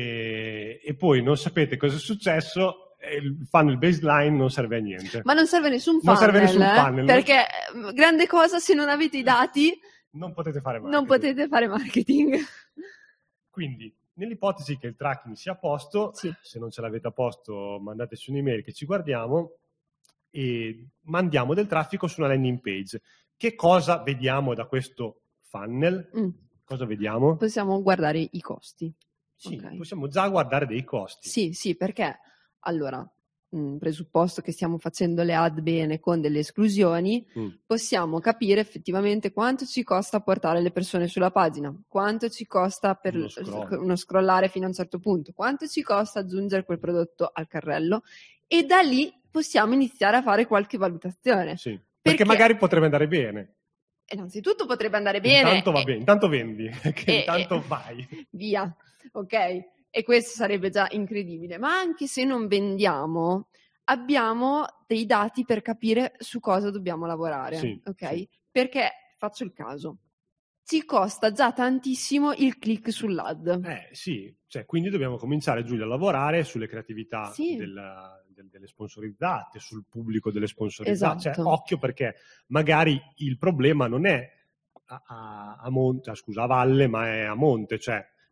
e poi non sapete cosa è successo, il funnel baseline non serve a niente. Ma non serve nessun funnel, perché grande cosa, se non avete i dati non potete fare marketing. Non potete fare marketing. Quindi, nell'ipotesi che il tracking sia a posto, sì, se non ce l'avete a posto mandateci un'email che ci guardiamo e mandiamo del traffico su una landing page. Che cosa vediamo da questo funnel? Cosa vediamo? Possiamo guardare i costi. Sì, possiamo già guardare dei costi. Sì, perché allora, presupposto che stiamo facendo le ad bene con delle esclusioni, possiamo capire effettivamente quanto ci costa portare le persone sulla pagina, quanto ci costa per uno scrollare fino a un certo punto, quanto ci costa aggiungere quel prodotto al carrello e da lì possiamo iniziare a fare qualche valutazione. Sì, perché magari potrebbe andare bene. Innanzitutto potrebbe andare bene. Intanto va bene, intanto vendi, che intanto vai. Via, ok? E questo sarebbe già incredibile. Ma anche se non vendiamo, abbiamo dei dati per capire su cosa dobbiamo lavorare, sì, ok? Sì. Perché, faccio il caso, ci costa già tantissimo il click sull'ad. Sì, cioè, quindi dobbiamo cominciare, Giulia, a lavorare sulle creatività sì, delle sponsorizzate, sul pubblico delle sponsorizzate. Esatto. Cioè, occhio, perché magari il problema non è a valle, ma è a monte, cioè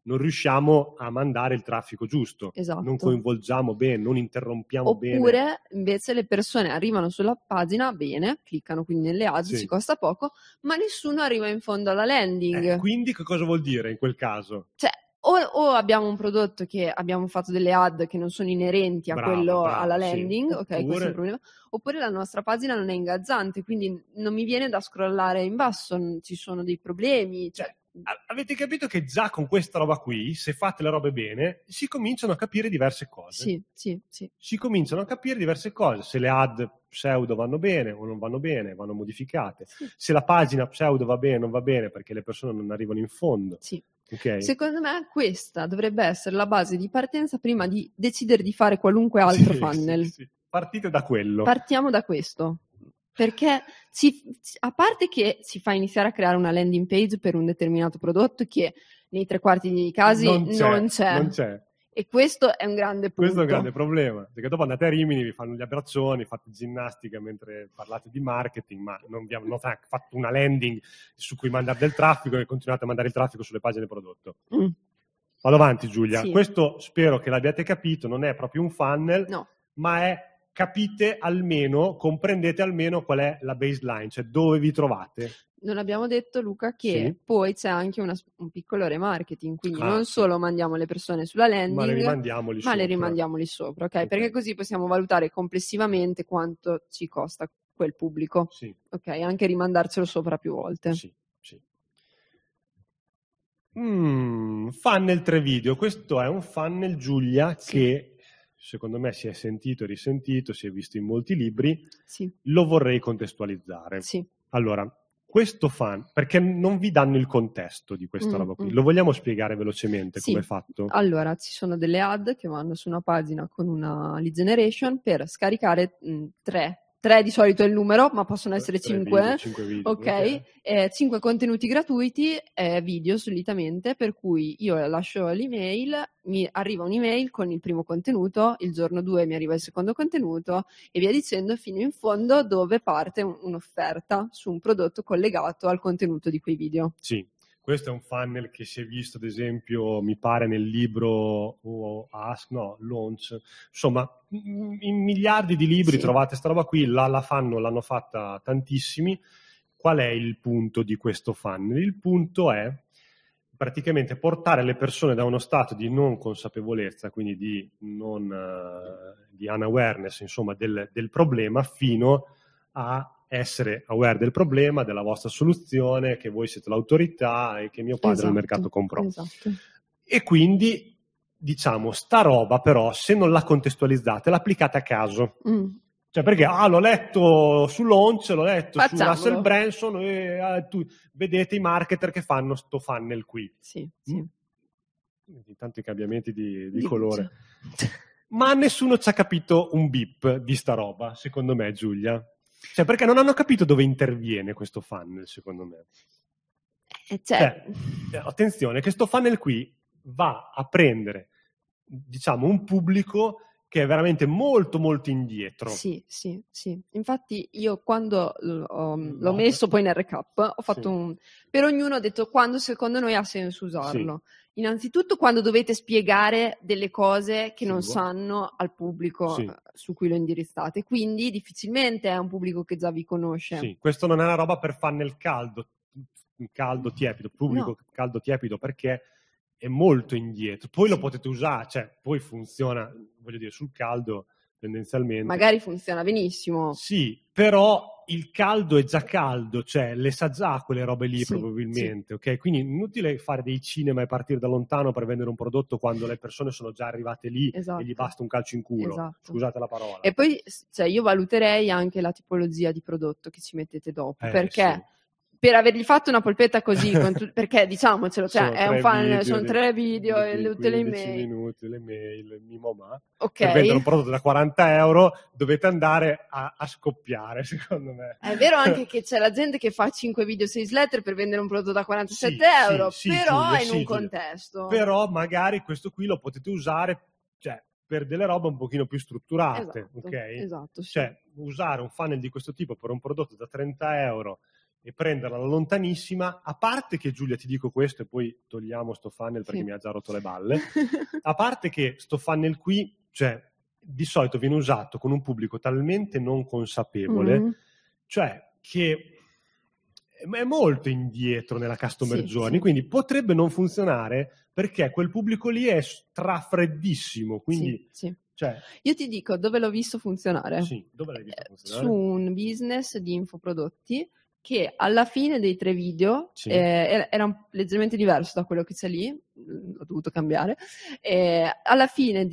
non riusciamo a mandare il traffico giusto, Esatto. non coinvolgiamo bene, non interrompiamo bene. Oppure invece le persone arrivano sulla pagina, bene, cliccano quindi nelle ad, Sì. ci costa poco, ma nessuno arriva in fondo alla landing. Quindi che cosa vuol dire in quel caso? Cioè, o abbiamo un prodotto che abbiamo fatto delle ad che non sono inerenti a Brava, alla sì. landing, ok, questo è il problema. Oppure la nostra pagina non è ingaggiante, quindi non mi viene da scrollare in basso, ci sono dei problemi. Cioè, avete capito che già con questa roba qui, se fate le robe bene, si cominciano a capire diverse cose. Sì. Si cominciano a capire diverse cose. Se le ad pseudo vanno bene o non vanno bene, vanno modificate. Sì. Se la pagina pseudo va bene o non va bene perché le persone non arrivano in fondo. Sì. Okay? Secondo me questa dovrebbe essere la base di partenza prima di decidere di fare qualunque altro funnel. Sì. Partite da quello. Partiamo da questo. Perché a parte che ci fa iniziare a creare una landing page per un determinato prodotto che nei 3/4 dei casi non c'è. E questo è un grande punto. Questo è un grande problema, perché dopo andate a Rimini, vi fanno gli abbraccioni, fate ginnastica mentre parlate di marketing, ma non avete fatto una landing su cui mandare del traffico e continuate a mandare il traffico sulle pagine prodotto. Vado avanti, Giulia. Sì. Questo spero che l'abbiate capito, non è proprio un funnel, no, ma è capite almeno, comprendete almeno qual è la baseline, cioè dove vi trovate. Non abbiamo detto, Luca, che poi c'è anche un piccolo remarketing, quindi non solo mandiamo le persone sulla landing, ma le rimandiamo lì sopra. Ok? Perché così possiamo valutare complessivamente quanto ci costa quel pubblico. Sì. Ok? Anche rimandarcelo sopra più volte. Sì. Funnel 3 video. Questo è un funnel, Giulia, che secondo me si è sentito e risentito, si è visto in molti libri. Sì. Lo vorrei contestualizzare. Sì. Allora, questo funnel, perché non vi danno il contesto di questa roba qui, lo vogliamo spiegare velocemente come è fatto? Allora, ci sono delle ad che vanno su una pagina con una lead generation per scaricare 3 di solito è il numero, ma possono essere 5. 5 video. Ok, 5 contenuti gratuiti, video solitamente, per cui io lascio l'email, mi arriva un'email con il primo contenuto, il giorno 2 mi arriva il secondo contenuto e via dicendo fino in fondo, dove parte un'offerta su un prodotto collegato al contenuto di quei video. Sì. Questo è un funnel che si è visto, ad esempio, mi pare nel libro Launch, insomma, in miliardi di libri trovate sta roba qui, l'hanno fatta tantissimi. Qual è il punto di questo funnel? Il punto è praticamente portare le persone da uno stato di non consapevolezza, quindi di unawareness, insomma, del problema, fino a essere aware del problema, della vostra soluzione, che voi siete l'autorità e che mio padre al mercato comprò. Esatto. E quindi, diciamo, sta roba però, se non la contestualizzate, l'applicate a caso. Cioè, perché l'ho letto su Launch, l'ho letto su Russell Branson e vedete i marketer che fanno sto funnel qui. Sì. Tanti cambiamenti di colore. Ma nessuno ci ha capito un bip di sta roba, secondo me, Giulia. Cioè, perché non hanno capito dove interviene questo funnel, secondo me. Attenzione, che sto funnel qui va a prendere, diciamo, un pubblico che è veramente molto molto indietro. Sì. Infatti io quando l'ho messo poi nel recap, ho fatto per ognuno ho detto quando secondo noi ha senso usarlo. Sì. Innanzitutto quando dovete spiegare delle cose che non sanno al pubblico su cui lo indirizzate, quindi difficilmente è un pubblico che già vi conosce. Sì, questo non è una roba per funnel caldo tiepido, pubblico caldo tiepido, perché è molto indietro. Poi lo potete usare, cioè poi funziona, voglio dire, sul caldo tendenzialmente. Magari funziona benissimo. Sì, però il caldo è già caldo, cioè le sa già quelle robe lì probabilmente, ok? Quindi inutile fare dei cinema e partire da lontano per vendere un prodotto quando le persone sono già arrivate lì e gli basta un calcio in culo. Scusate la parola. E poi io valuterei anche la tipologia di prodotto che ci mettete dopo, perché per avergli fatto una polpetta così, perché diciamocelo, cioè è un fan, sono 3 video e tutte le email. Minuti, le mail, ok. Per vendere un prodotto da 40 euro dovete andare a scoppiare, secondo me. È vero anche che c'è la gente che fa 5 video 6 newsletter per vendere un prodotto da 47 euro, però Giulia, in un contesto. Però magari questo qui lo potete usare, cioè, per delle robe un pochino più strutturate, ok? Esatto, Cioè, usare un funnel di questo tipo per un prodotto da 30 euro e prenderla da lontanissima, a parte che, Giulia, ti dico questo e poi togliamo sto funnel perché mi ha già rotto le balle, a parte che sto funnel qui, cioè, di solito viene usato con un pubblico talmente non consapevole, cioè che è molto indietro nella customer journey, quindi potrebbe non funzionare perché quel pubblico lì è strafreddissimo, quindi... Cioè, io ti dico dove l'ho visto funzionare. Sì, dove l'hai visto funzionare? Su un business di infoprodotti che alla fine dei 3 video era leggermente diverso da quello che c'è lì, ho dovuto cambiare, alla fine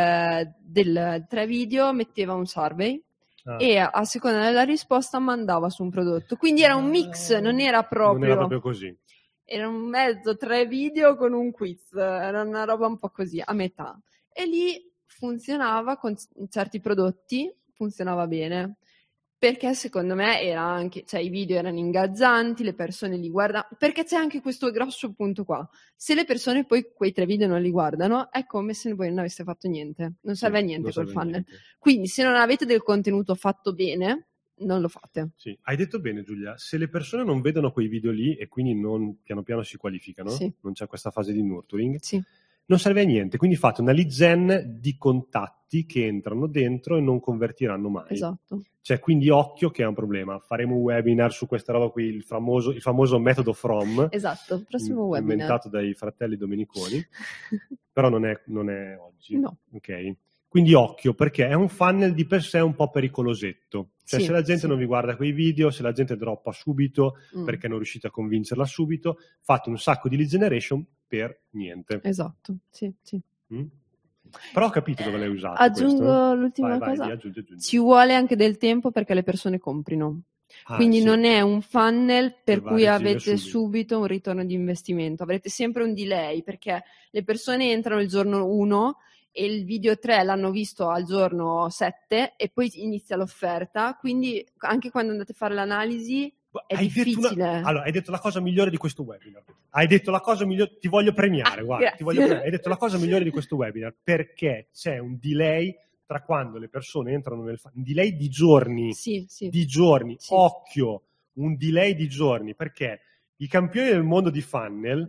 del 3 video metteva un survey e a seconda della risposta mandava su un prodotto, quindi era un mix, non era proprio così. Era un mezzo 3 video con un quiz, era una roba un po' così, a metà, e lì funzionava con certi prodotti, funzionava bene, perché secondo me era anche, cioè i video erano ingaggianti, le persone li guardavano, perché c'è anche questo grosso punto qua, se le persone poi quei 3 video non li guardano è come se voi non aveste fatto niente, non serve a niente quel funnel, quindi se non avete del contenuto fatto bene non lo fate. Sì, hai detto bene, Giulia, se le persone non vedono quei video lì e quindi non piano piano si qualificano, non c'è questa fase di nurturing, non serve a niente, quindi fate una lead gen di contatti che entrano dentro e non convertiranno mai. Esatto. Cioè, quindi occhio che è un problema. Faremo un webinar su questa roba qui, il famoso metodo From. Esatto, prossimo webinar. Inventato dai fratelli Domeniconi, però non è oggi. No. Ok? Quindi occhio, perché è un funnel di per sé un po' pericolosetto. Cioè, se la gente non vi guarda quei video, se la gente droppa subito perché non riuscite a convincerla subito, fate un sacco di lead generation per niente. Esatto, sì. Però ho capito dove l'hai usato. Aggiungo questo. l'ultima vai, cosa. aggiungi. Ci vuole anche del tempo perché le persone comprino. Quindi non è un funnel per cui avete subito un ritorno di investimento. Avrete sempre un delay perché le persone entrano il giorno 1 e il video 3 l'hanno visto al giorno 7 e poi inizia l'offerta. Quindi anche quando andate a fare l'analisi è difficile. Allora, hai detto la cosa migliore di questo webinar. Hai detto la cosa migliore, ti voglio premiare, guarda, Hai detto la cosa migliore di questo webinar perché c'è un delay tra quando le persone entrano un delay di giorni. Di giorni. Sì. Occhio, un delay di giorni, perché i campioni del mondo di funnel,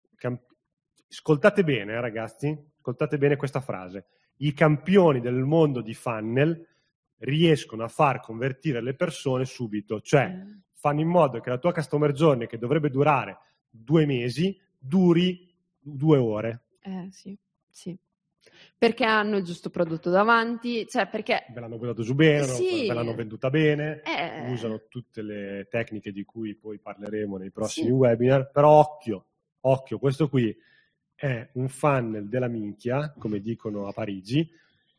ascoltate bene, ragazzi, ascoltate bene questa frase. I campioni del mondo di funnel riescono a far convertire le persone subito, cioè fanno in modo che la tua customer journey, che dovrebbe durare 2 mesi, duri 2 ore. Sì. Perché hanno il giusto prodotto davanti, cioè perché... Ve l'hanno buttato su bene, ve l'hanno venduta bene, usano tutte le tecniche di cui poi parleremo nei prossimi webinar, però occhio, questo qui è un funnel della minchia, come dicono a Parigi,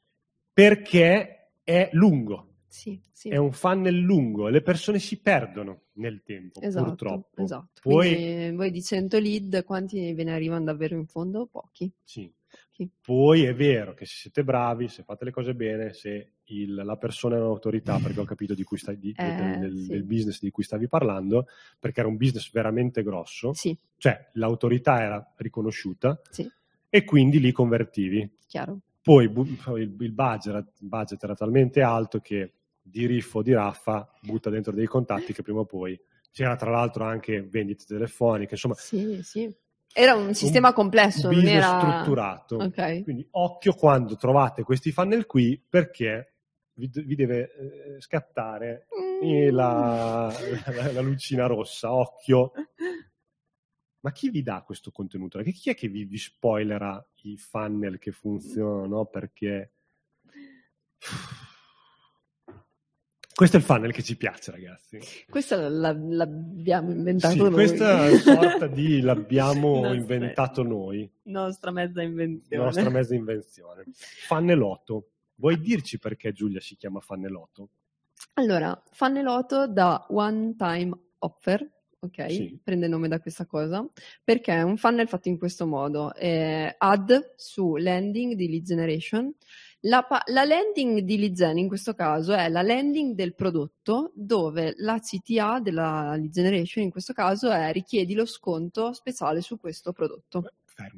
perché è lungo. Sì. È un funnel lungo e le persone si perdono nel tempo, purtroppo. Esatto. Quindi voi di 100 lead, quanti ve ne arrivano davvero in fondo? Pochi. Sì. Poi è vero che se siete bravi, se fate le cose bene, se la persona è un'autorità, perché ho capito di cui del business di cui stavi parlando, perché era un business veramente grosso, cioè l'autorità era riconosciuta e quindi li convertivi. Chiaro. Poi il budget era talmente alto che di riffo di raffa butta dentro dei contatti che prima o poi c'era tra l'altro anche vendite telefoniche, insomma. Sì. Era un sistema complesso, non era strutturato. Okay. Quindi occhio quando trovate questi funnel qui perché vi deve scattare la lucina rossa, occhio. Ma chi vi dà questo contenuto? Chi è che vi spoilerà i funnel che funzionano? Perché questo è il funnel che ci piace, ragazzi. Questo l'abbiamo inventato noi. Questa è una sorta di l'abbiamo inventato noi. Nostra mezza invenzione. Funnelotto. Vuoi dirci perché Giulia si chiama Funnelotto? Allora, Funnelotto da one time offer, ok? Prende nome da questa cosa, perché è un funnel fatto in questo modo. Ad su landing di lead generation. La landing di lead gen in questo caso è la landing del prodotto dove la CTA della lead generation in questo caso è richiedi lo sconto speciale su questo prodotto.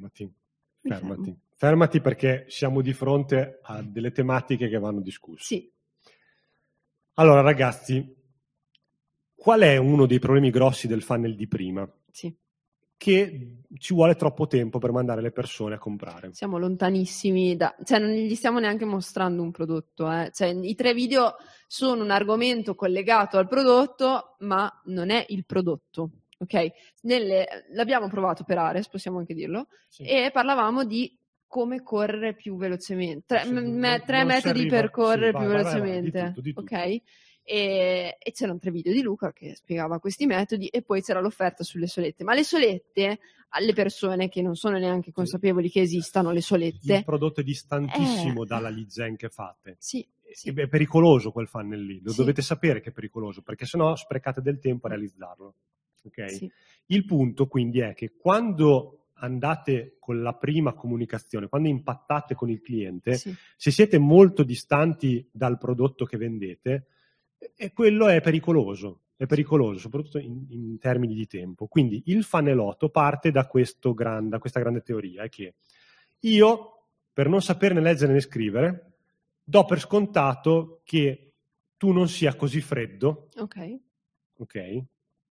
Fermati perché siamo di fronte a delle tematiche che vanno discusse. Sì. Allora ragazzi, Qual è uno dei problemi grossi del funnel di prima? Sì. Che ci vuole troppo tempo per mandare le persone a comprare. Siamo lontanissimi cioè non gli stiamo neanche mostrando un prodotto, Cioè, i 3 video sono un argomento collegato al prodotto, ma non è il prodotto, ok? L'abbiamo provato per Ares, possiamo anche dirlo, Sì. e parlavamo di come correre più velocemente, 3 non metodi per correre più velocemente, vai, di tutto. ok? E c'erano 3 video di Luca che spiegava questi metodi, e poi c'era l'offerta sulle solette, ma le solette, alle persone che non sono neanche consapevoli che esistano le solette, il prodotto è distantissimo dalla lead gen che fate. Sì. È pericoloso quel funnel lì, lo Sì. dovete sapere che è pericoloso, perché sennò sprecate del tempo a realizzarlo. Ok? Sì. Il punto quindi è che quando andate con la prima comunicazione, quando impattate con il cliente, Sì. se siete molto distanti dal prodotto che vendete, e quello è pericoloso, soprattutto in termini di tempo. Quindi il funnelotto parte da questa grande teoria, è che io, per non saperne leggere né scrivere, do per scontato che tu non sia così freddo, ok?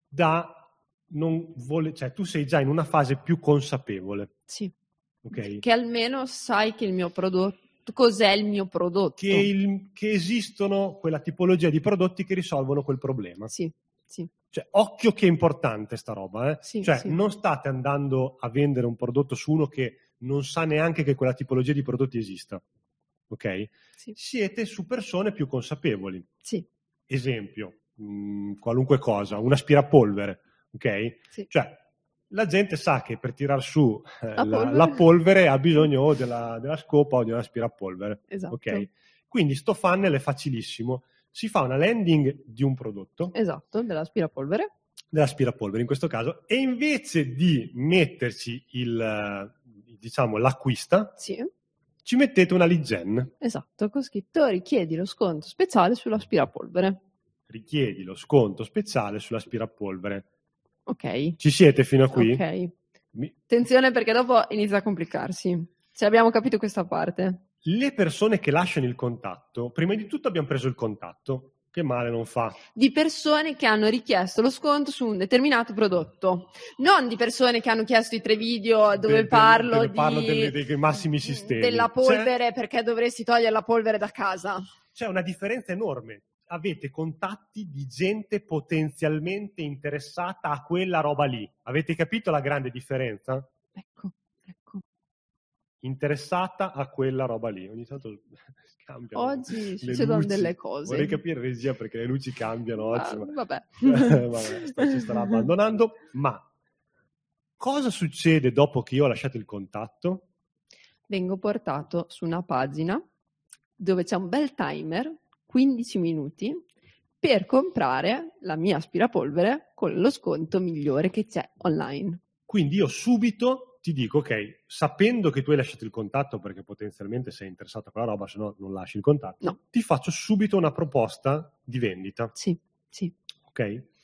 Cioè tu sei già in una fase più consapevole. Sì. Okay? Che almeno sai che il mio prodotto, cos'è il mio prodotto. Che esistono quella tipologia di prodotti che risolvono quel problema. Sì. Cioè, occhio che è importante sta roba, Sì, cioè, sì. non state andando a vendere un prodotto su uno che non sa neanche che quella tipologia di prodotti esista, ok? Sì. Siete su persone più consapevoli. Sì. Esempio, qualunque cosa, un aspirapolvere, ok? Sì. Cioè, la gente sa che per tirar su La polvere ha bisogno o della scopa o di un aspirapolvere. Esatto. Ok? Quindi sto funnel è facilissimo. Si fa una landing di un prodotto. Esatto, dell'aspirapolvere. Dell'aspirapolvere in questo caso. E invece di metterci l'acquista, sì, ci mettete una lead gen. Esatto, con scritto richiedi lo sconto speciale sull'aspirapolvere. Richiedi lo sconto speciale sull'aspirapolvere. Ok. Ci siete fino a qui? Ok. Attenzione, perché dopo inizia a complicarsi. Se abbiamo capito questa parte. Le persone che lasciano il contatto, prima di tutto abbiamo preso il contatto, che male non fa. Di persone che hanno richiesto lo sconto su un determinato prodotto, non di persone che hanno chiesto i 3 video dove parlo dei massimi sistemi. Della polvere, perché dovresti togliere la polvere da casa. C'è una differenza enorme. Avete contatti di gente potenzialmente interessata a quella roba lì. Avete capito la grande differenza? Ecco. Interessata a quella roba lì. Ogni tanto cambiano. Oggi succedono delle cose. Vorrei capire, regia, perché le luci cambiano oggi. Vabbè. Ci starà abbandonando. Ma cosa succede dopo che io ho lasciato il contatto? Vengo portato su una pagina dove c'è un bel timer, 15 minuti, per comprare la mia aspirapolvere con lo sconto migliore che c'è online. Quindi io subito ti dico, ok, sapendo che tu hai lasciato il contatto perché potenzialmente sei interessato a quella roba, se no non lasci il contatto, no, ti faccio subito una proposta di vendita. Sì. Ok?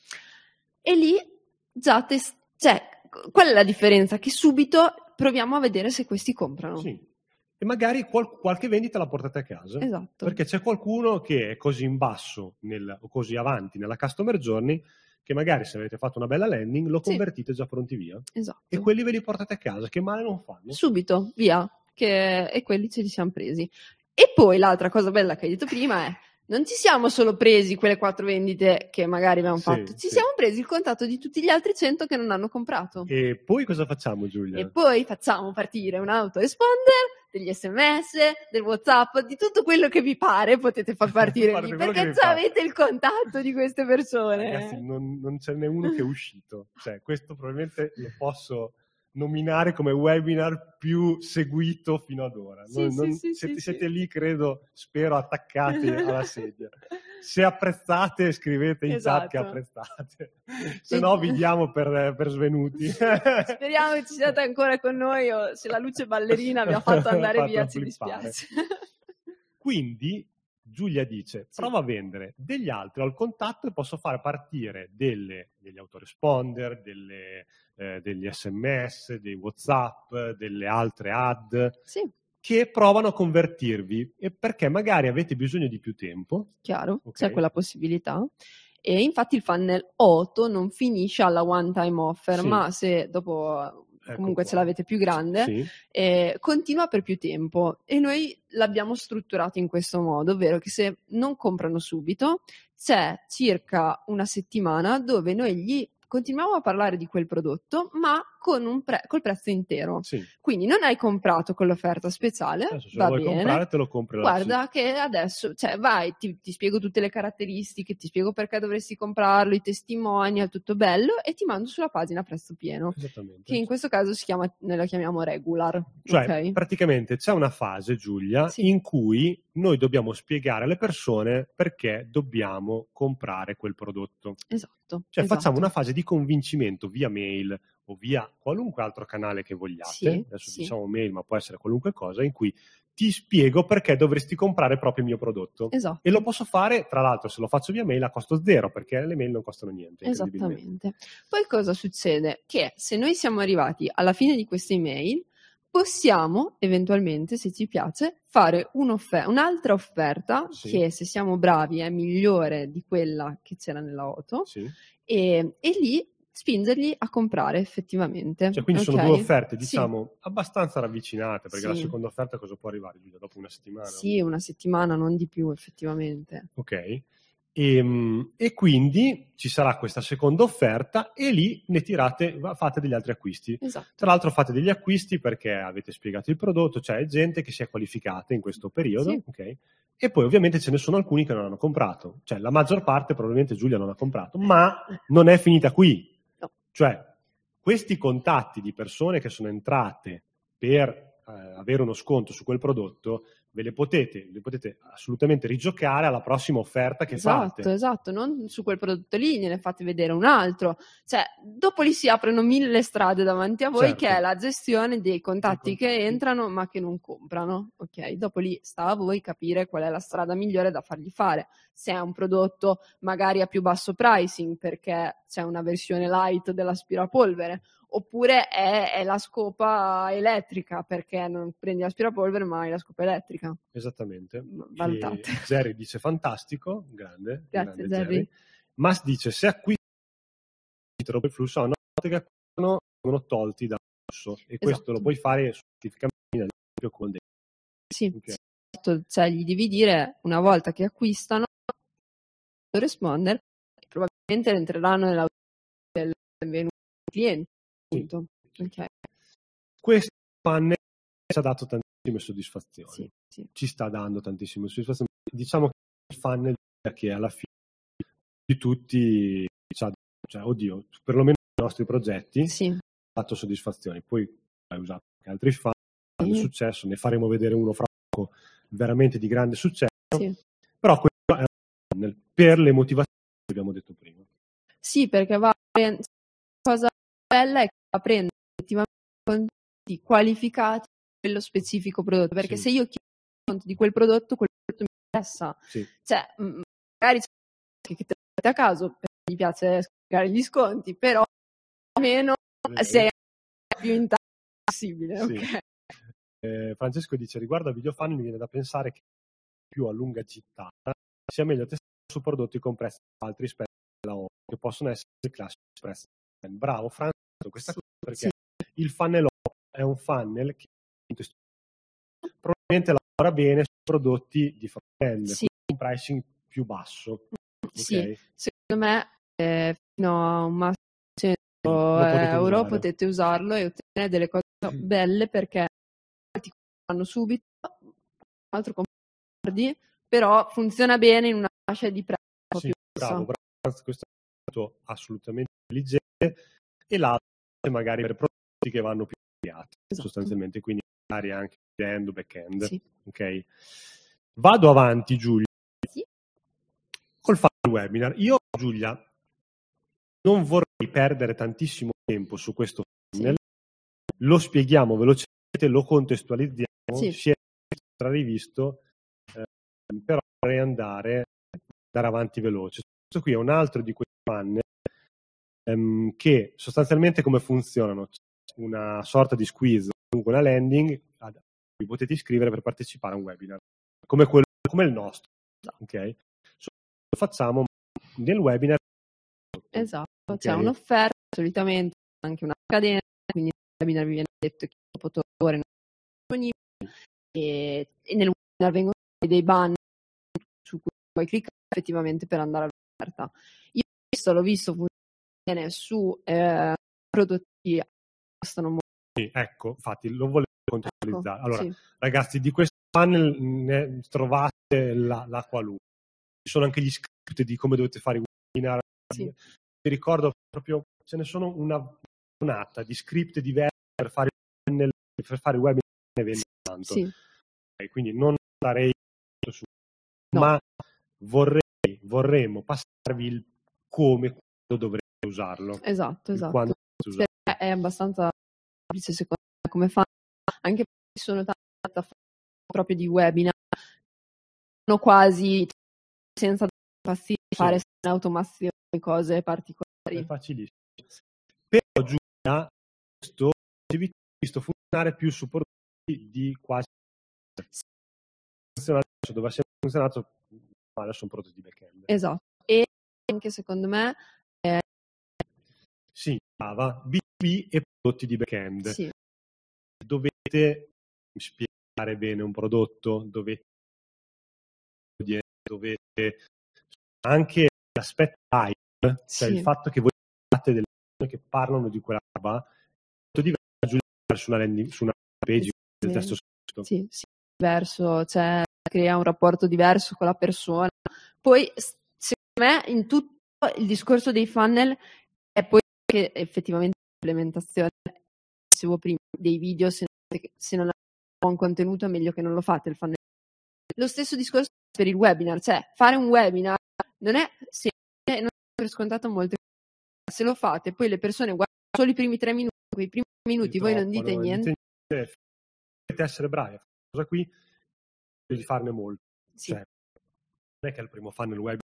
E lì già qual è la differenza? Che subito proviamo a vedere se questi comprano. Sì. E magari qualche vendita la portate a casa. Esatto. Perché c'è qualcuno che è così in basso o così avanti nella customer journey che magari se avete fatto una bella landing lo convertite già pronti via. Esatto. E quelli ve li portate a casa, che male non fanno. Subito, via. E quelli ce li siamo presi. E poi l'altra cosa bella che hai detto prima è: non ci siamo solo presi quelle 4 vendite che magari abbiamo fatto, ci siamo presi il contatto di tutti gli altri 100 che non hanno comprato. E poi cosa facciamo, Giulia? E poi facciamo partire un autoresponder, degli SMS, del WhatsApp, di tutto quello che vi pare potete far partire lì, perché già avete il contatto di queste persone. Ragazzi, non ce n'è uno che è uscito. Cioè, questo probabilmente lo posso nominare come webinar più seguito fino ad ora. Siete lì, credo, spero, attaccati alla sedia. Se apprezzate, scrivete in chat che apprezzate. Se no, vi diamo per svenuti. Speriamo che ci siate ancora con noi, o se la luce ballerina vi ha fatto andare via, ci dispiace. Quindi Giulia dice: prova a vendere degli altri al contatto e posso far partire degli autoresponder, degli SMS, dei WhatsApp, delle altre ad che provano a convertirvi, e perché magari avete bisogno di più tempo. Chiaro, c'è quella possibilità. E infatti il funnel 8 non finisce alla one time offer, Sì. ma se dopo comunque qua. ce l'avete più grande, Sì. continua per più tempo. E noi l'abbiamo strutturato in questo modo, ovvero che se non comprano subito, c'è circa una settimana dove noi gli continuiamo a parlare di quel prodotto, ma con col prezzo intero. Sì. Quindi non hai comprato con l'offerta speciale, Adesso, se va lo vuoi bene. comprare, te lo compri. Guarda che adesso, cioè vai, ti spiego tutte le caratteristiche, ti spiego perché dovresti comprarlo, i testimonial, tutto bello, e ti mando sulla pagina a prezzo pieno. Esattamente. Che in questo caso noi la chiamiamo regular. Cioè, okay? praticamente c'è una fase, Giulia, Sì. in cui noi dobbiamo spiegare alle persone perché dobbiamo comprare quel prodotto. Esatto. Cioè, esatto. facciamo una fase di convincimento via mail o via qualunque altro canale che vogliate. Sì, Adesso sì. diciamo mail, ma può essere qualunque cosa, in cui ti spiego perché dovresti comprare proprio il mio prodotto. Esatto. E lo posso fare, tra l'altro, se lo faccio via mail a costo zero, perché le mail non costano niente. Esattamente. Poi cosa succede? Che se noi siamo arrivati alla fine di queste email, possiamo eventualmente, se ci piace, fare un'altra offerta, Sì. che se siamo bravi è migliore di quella che c'era nella auto, Sì. e lì spingerli a comprare effettivamente. Cioè, quindi sono ok? due offerte, Sì. diciamo, abbastanza ravvicinate, perché Sì. la seconda offerta cosa può arrivare, Giulia, dopo una settimana? Sì, una settimana, non di più effettivamente. Ok. E quindi ci sarà questa seconda offerta e lì ne fate degli altri acquisti. Esatto. Tra l'altro fate degli acquisti perché avete spiegato il prodotto, cioè gente che si è qualificata in questo periodo, Sì. ok? E poi ovviamente ce ne sono alcuni che non hanno comprato, cioè la maggior parte probabilmente Giulia non ha comprato, ma non è finita qui. No. Cioè, questi contatti di persone che sono entrate per avere uno sconto su quel prodotto, li potete assolutamente rigiocare alla prossima offerta che fate. Esatto, non su quel prodotto lì, gliene fate vedere un altro. Cioè, dopo lì si aprono 1000 strade davanti a voi, Certo. che è la gestione dei contatti che entrano ma che non comprano. Ok, dopo lì sta a voi capire qual è la strada migliore da fargli fare. Se è un prodotto magari a più basso pricing perché c'è una versione light dell'aspirapolvere, oppure è la scopa elettrica perché non prendi l'aspirapolvere ma hai la scopa elettrica. Esattamente. Valutate. Jerry dice fantastico, grande. Grazie, grande Jerry. Mas dice se acquisti troppo il flusso, una volta che acquistano vengono tolti dal flusso e questo lo puoi fare specificamente ad esempio con dei... Sì, Okay. certo, cioè gli devi dire una volta che acquistano responder e probabilmente entreranno nella del venuto cliente. Sì. Okay. Questo funnel ci ha dato tantissime soddisfazioni. Sì. Ci sta dando tantissime soddisfazioni. Diciamo che il funnel che alla fine di tutti cioè, oddio, perlomeno i nostri progetti ha dato soddisfazioni. Poi hai usato anche altri funnel, grande successo, ne faremo vedere uno fra poco veramente di grande successo. Però questo è un funnel per le motivazioni che abbiamo detto prima. Sì, perché la cosa bella è che va a prendere effettivamente conti qualificati quello specifico prodotto, perché se io chiedo conto di quel prodotto mi interessa. Cioè, magari c'è che te lo fate a caso perché gli piace scaricare gli sconti, però almeno sei più in tanto possibile. Okay. Francesco dice riguardo al video funnel mi viene da pensare che più a lunga gittata sia meglio testare su prodotti con prezzi alti rispetto alla O, che possono essere classici prezzi. Bravo Francesco, questa cosa perché il funnel O è un funnel che probabilmente lavora bene su prodotti di front-end, con un pricing più basso. Sì, secondo me fino a un massimo di 100 euro potete usarlo e ottenere delle cose belle perché ti fanno subito, altro compardi, però funziona bene in una fascia di prezzo più bassa. Bravo, questo è stato assolutamente intelligente e l'altro magari per prodotti che vanno più cambiati sostanzialmente, quindi magari anche end o back-end. Ok? Vado avanti, Giulia. Col fare il webinar. Io, Giulia, non vorrei perdere tantissimo tempo su questo funnel. Lo spieghiamo velocemente, lo contestualizziamo, si è rivisto, però vorrei andare avanti veloce. Questo qui è un altro di quei funnel che sostanzialmente come funzionano? C'è una sorta di squeeze, comunque una landing, vi potete iscrivere per partecipare a un webinar, come il nostro. Ok? Lo facciamo nel webinar. Esatto, Okay. c'è un'offerta, solitamente anche una scadenza, quindi nel webinar vi viene detto che dopo 8 ore non è disponibile, e nel webinar vengono dei banner su cui puoi cliccare effettivamente per andare all'offerta. Io l'ho visto funzionare su prodotti che costano molto. Sì, ecco, infatti lo volevo contestualizzare. Allora, sì. ragazzi, di questo funnel ne trovate la qualunque. Ci sono anche gli script di come dovete fare i webinar. Sì. Vi ricordo proprio, ce ne sono una donata di script diversi per fare i webinar e vendere tanto. Sì. Okay, quindi non starei su, No. ma vorremmo passarvi il come, quando dovrete usarlo. Esatto. Quando usarlo. È abbastanza semplice secondo me come fa, anche perché ci sono tante piattaforme proprio di webinar, sono quasi senza impazzire, fare in automazione cose particolari. È facilissimo. Però Giulia, questo visto funzionare più su prodotti di quasi dove ha funzionato, adesso sono prodotti di back-end. Esatto. E anche secondo me sì, B2B e prodotti di back-end. Sì. Dovete spiegare bene un prodotto, dovete anche l'aspetto live, cioè il fatto che voi abbiate delle persone che parlano di quella roba, è molto diverso su una page del testo scritto. Sì, diverso, cioè crea un rapporto diverso con la persona. Poi, secondo me, in tutto il discorso dei funnel è poi che effettivamente l'implementazione, dicevo prima, dei video, se non avete un buon contenuto è meglio che non lo fate il funnel. Lo stesso discorso per il webinar, cioè fare un webinar non è semplice, non è per scontato molte cose. Se lo fate, poi le persone guardano solo i primi 3 minuti, quei primi minuti voi non dite niente. Dovete essere bravi a fare questa cosa qui, devi farne molto. Sì. Cioè, non è che al primo funnel web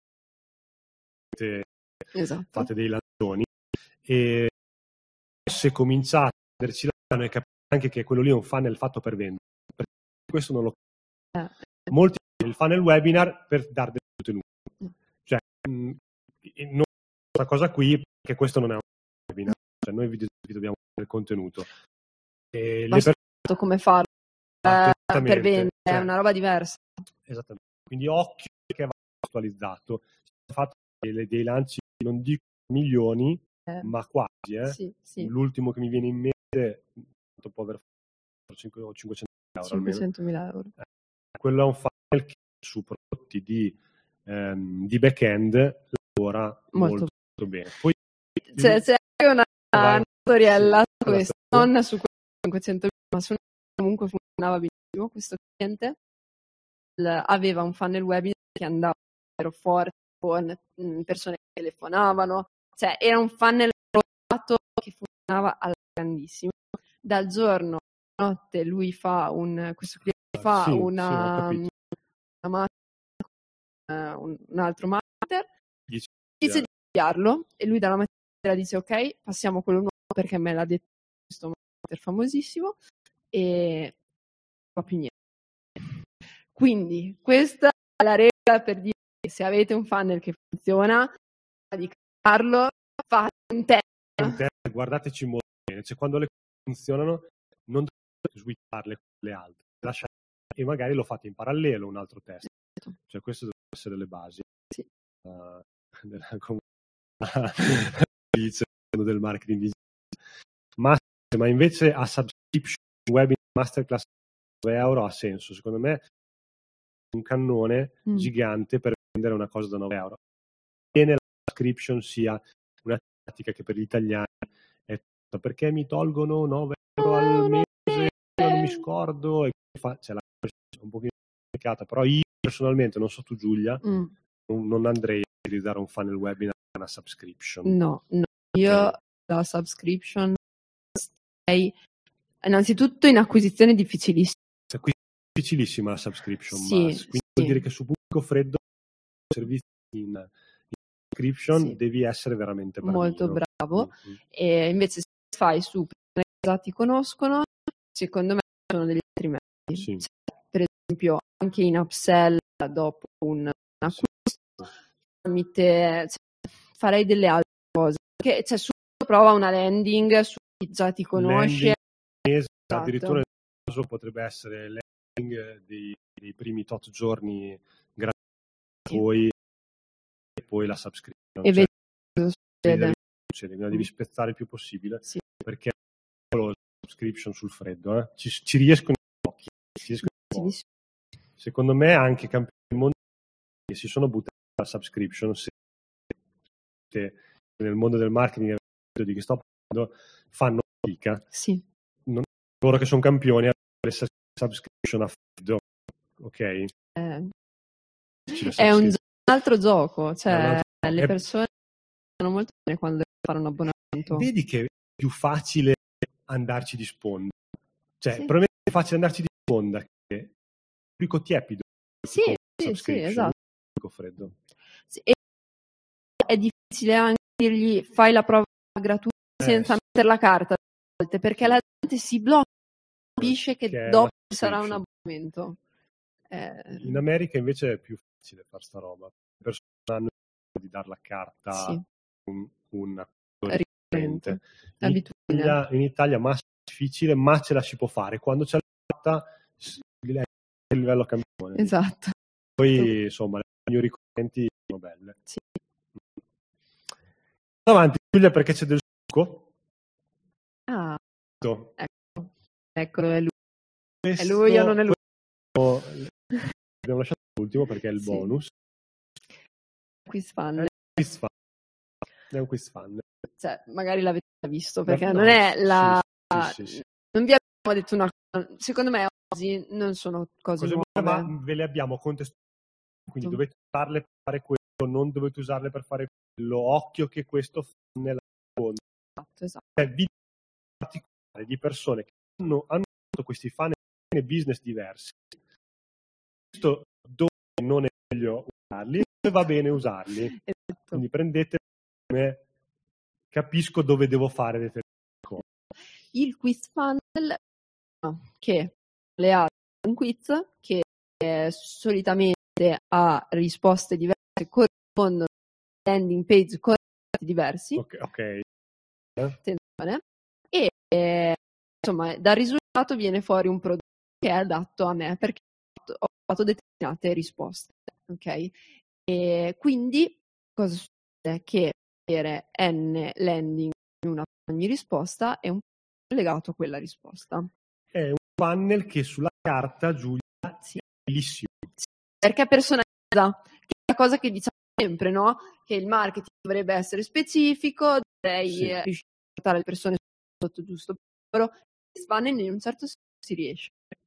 fate dei lancioni, e se cominciate a vederci la mano e capite anche che quello lì è un funnel fatto per vendere, perché questo non lo molti il funnel webinar per dare del contenuto, cioè non questa cosa qui, perché questo non è un webinar, cioè noi vi dobbiamo dare del contenuto e le persone come farlo per vendere, cioè, è una roba diversa. Esattamente, quindi occhio che va attualizzato. Si fatto dei lanci, non dico milioni, ma quasi. Sì. L'ultimo che mi viene in mente può aver fatto 500.000 euro almeno. 500.000 euro. Quello è un funnel che su prodotti di back-end lavora molto bene. Poi c'è anche una storiella su questo, non su 500.000, ma su comunque funzionava benissimo. Questo cliente aveva un funnel webinar che andava forte con persone che telefonavano, cioè era un funnel rotato che funzionava alla grandissima. Dal giorno alla notte lui fa questo cliente fa un altro master, dice di inviarlo e lui dalla mattina dice ok, passiamo quello nuovo perché me l'ha detto questo master famosissimo e non fa più niente. Quindi questa è la regola per dire che se avete un funnel che funziona, di crearlo, fate un test. Guardateci molto bene, cioè quando le cose funzionano non dovete switcharle con le altre, lasciate e magari lo fate in parallelo un altro test. Cioè queste devono essere le basi. Sì. Del marketing digitale. Ma invece a subscription webinar masterclass €9 ha senso, secondo me un cannone gigante per vendere una cosa da €9. Bene, la subscription sia una tattica che per gli italiani è tutta, perché mi tolgono €9 al mese, non mi scordo, e c'è la un pochino complicata, però io personalmente, non so tu Giulia, non andrei a utilizzare un funnel webinar con una subscription. No, io la subscription sei innanzitutto in acquisizione difficilissima. Difficilissima la subscription, quindi vuol dire che su pubblico freddo servizi in subscription devi essere veramente bravino. Molto bravo. E invece se fai su persone che già ti conoscono, secondo me sono degli altri mezzi. Cioè, per esempio anche in upsell dopo un acquisto tramite, farei delle altre cose, perché subito prova una landing su chi già ti conosce. Esatto. Addirittura nel caso potrebbe essere landing dei primi tot giorni gratuiti, e poi la subscription. E vedi cosa succede. La devi spezzare il più possibile, perché la subscription sul freddo ci riescono i occhi. Secondo me anche campioni del mondo che si sono buttati alla subscription, se nel mondo del marketing di che sto parlando, fanno fatica. Non loro che sono campioni a fare subscription a freddo, ok? È un altro gioco, cioè le persone sanno molto bene quando devono fare un abbonamento. Vedi che è più facile andarci di sponda, cioè probabilmente è facile andarci di sponda che il pubblico tiepido, esatto, freddo. E è difficile anche dirgli fai la prova gratuita senza mettere la carta, perché la gente si blocca, capisce che dopo sarà un abbonamento. In America invece è più facile fare sta roba, le persone hanno di dare la carta un ricorrente. In Italia ma è difficile, ma ce la si può fare quando c'è la carta, il livello campione. Esatto. Poi insomma le migliori ricorrenti sono belle. Avanti Giulia, perché c'è del succo. Eccolo, è lui. È lui o non è lui? Abbiamo lasciato l'ultimo perché è il bonus. Quiz fan. È un quiz fan. Cioè, magari l'avete visto, perché non è la... Non vi abbiamo detto una cosa. Secondo me oggi non sono cose nuove. Ma ve le abbiamo contestualizzate. Quindi dovete usarle per fare quello, non dovete usarle per fare quello. Occhio che questo fa nella seconda. Esatto. Cioè, video particolari di persone che hanno fatto questi fan e business diversi. Questo dove non è meglio usarli, dove va bene usarli. Esatto. Quindi prendete come capisco dove devo fare determinate cose. Il quiz funnel che le ha un quiz che solitamente ha risposte diverse, corrispondono a landing page con risultati diversi. Ok. Attenzione. E insomma, dal risultato viene fuori un prodotto che è adatto a me, perché ho fatto determinate risposte, ok? E quindi cosa succede? Che avere n landing in una ogni risposta è un po' legato a quella risposta. È un funnel che sulla carta, Giulia, è bellissimo. Perché personalizza, che è la cosa che diciamo sempre, no? Che il marketing dovrebbe essere specifico, dovrei riuscire a portare le persone sotto giusto, però il funnel in un certo senso si riesce.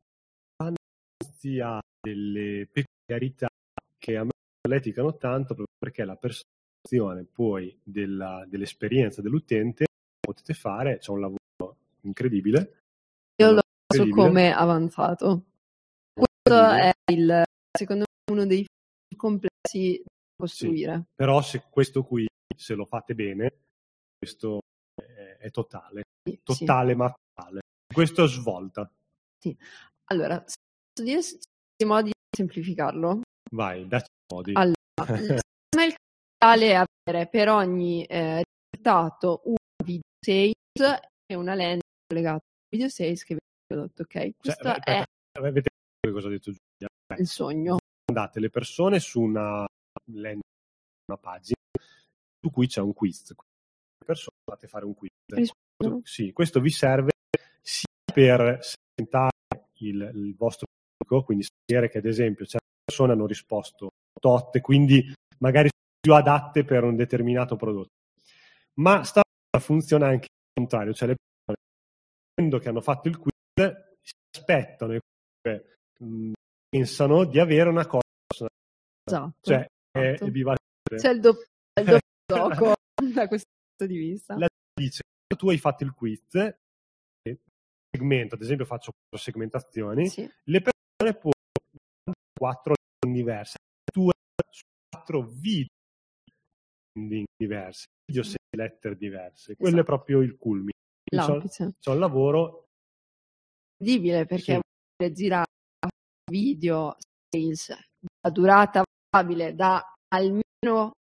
Ha delle peculiarità che a me leticano tanto, proprio perché la personalizzazione poi dell'esperienza dell'utente potete fare, c'è un lavoro incredibile. Io lo so come avanzato. Questo è secondo me uno dei più complessi da costruire. Però questo qui, se lo fate bene, questo è totale. Ma totale. Questo è svolta. Sì. Allora, posso dire modi di semplificarlo? Vai, dacci modi. Allora, il canale è avere per ogni risultato un video sales e una landing collegata al video sales che viene prodotto, ok? Questo è avete cosa ha detto Giulia? Il sogno. Andate le persone su una landing, una pagina su cui c'è un quiz. Le persone fate fare un quiz. Sì, questo vi serve sia per segmentare il vostro pubblico, quindi sapere che ad esempio certe persone hanno risposto tot, quindi magari sono più adatte per un determinato prodotto. Ma sta funziona anche al contrario, cioè le persone, vedendo che hanno fatto il quiz, si aspettano e pensano di avere una cosa personalizzata. Esatto. Cioè è vivace. C'è il doppio gioco da questo punto di vista. La dice, tu hai fatto il quiz, segmento, ad esempio faccio 4 segmentazioni, le persone poi 4 diverse, 2 su 4 video diversi, video letter diverse. Quello è proprio il culmine. C'è un lavoro incredibile, perché girare video sales a durata variabile da almeno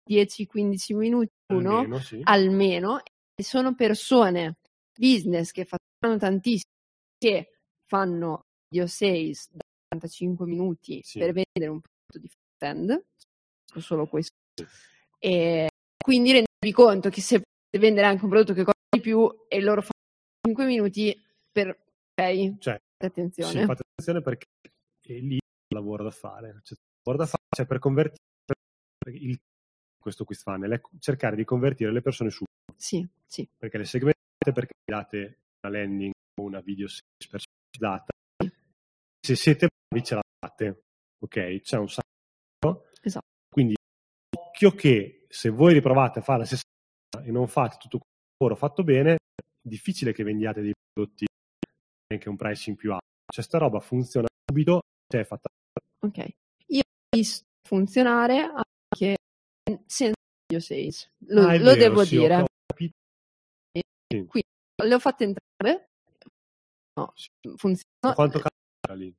10-15 minuti Almeno, sì. almeno, e sono persone business che fanno tantissimo, che fanno video sales da 45 minuti Sì. per vendere un prodotto di front-end, solo questo, e quindi rendetevi conto che se potete vendere anche un prodotto che costa di più e loro fanno 5 minuti per ok, Cioè, attenzione. sì, fate attenzione perché è lì il lavoro da fare. Cioè, per convertire questo quiz funnel è cercare di convertire le persone subito. Sì, sì. Perché le segmentate, perché date una landing o una video personalizzata. Se siete bravi ce la fate, ok? C'è un sacco. Esatto. Quindi occhio che se voi riprovate a fare la stessa cosa e non fate tutto il lavoro fatto bene, è difficile che vendiate dei prodotti anche un pricing più alto. Cioè sta roba funziona subito, cioè è fatta. Ok. Io ho visto funzionare anche senza video sales. Lo vero, devo sì, dire. ho capito. Sì. Quindi le ho fatte entrare. No, Sì. funziona. Quanto cambia lì?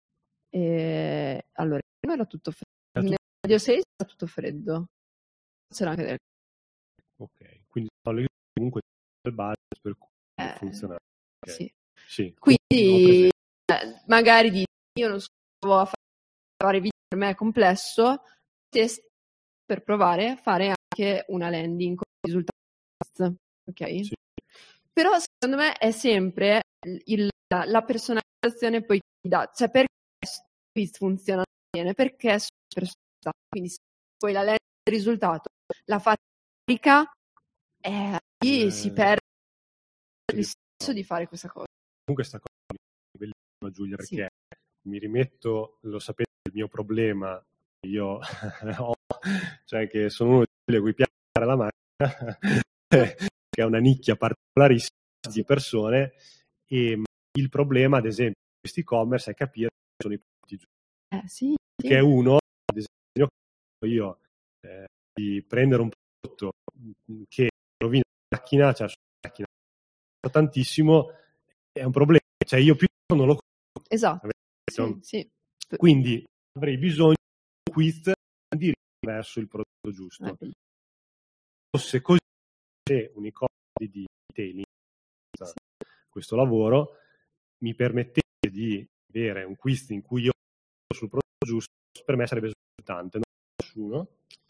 Allora, prima era tutto freddo. Nel video sales era tutto freddo. C'era anche del... Ok, quindi sono comunque il budget per cui funziona. Okay. Sì. Sì. Quindi magari io non so a fare video per me è complesso, test per provare a fare anche una landing con risultati, ok? Sì. Però secondo me è sempre la personalizzazione poi che dà, cioè perché qui funziona bene, perché sono personalizzati, quindi se poi la landing del risultato la fabbrica, lì si perde il senso di fare questa cosa. Comunque sta cosa è bellissima, Giulia, perché mi rimetto, lo sapete, il mio problema, io ho, cioè che sono uno di quelli a cui piace la macchina, che è una nicchia particolarissima di persone, e il problema, ad esempio, di questi e-commerce è capire che sono i prodotti giusti. Sì. Che uno, ad esempio, io di prendere un prodotto che rovina la macchina, cioè la macchina tantissimo, è un problema, cioè io più non lo conosco. Esatto. Sì. Quindi avrei bisogno di un quiz di verso il prodotto giusto. Fosse così, se un e-commerce di detailing, questo lavoro, mi permettesse di avere un quiz in cui io sul prodotto giusto, per me sarebbe esultante, non nessuno.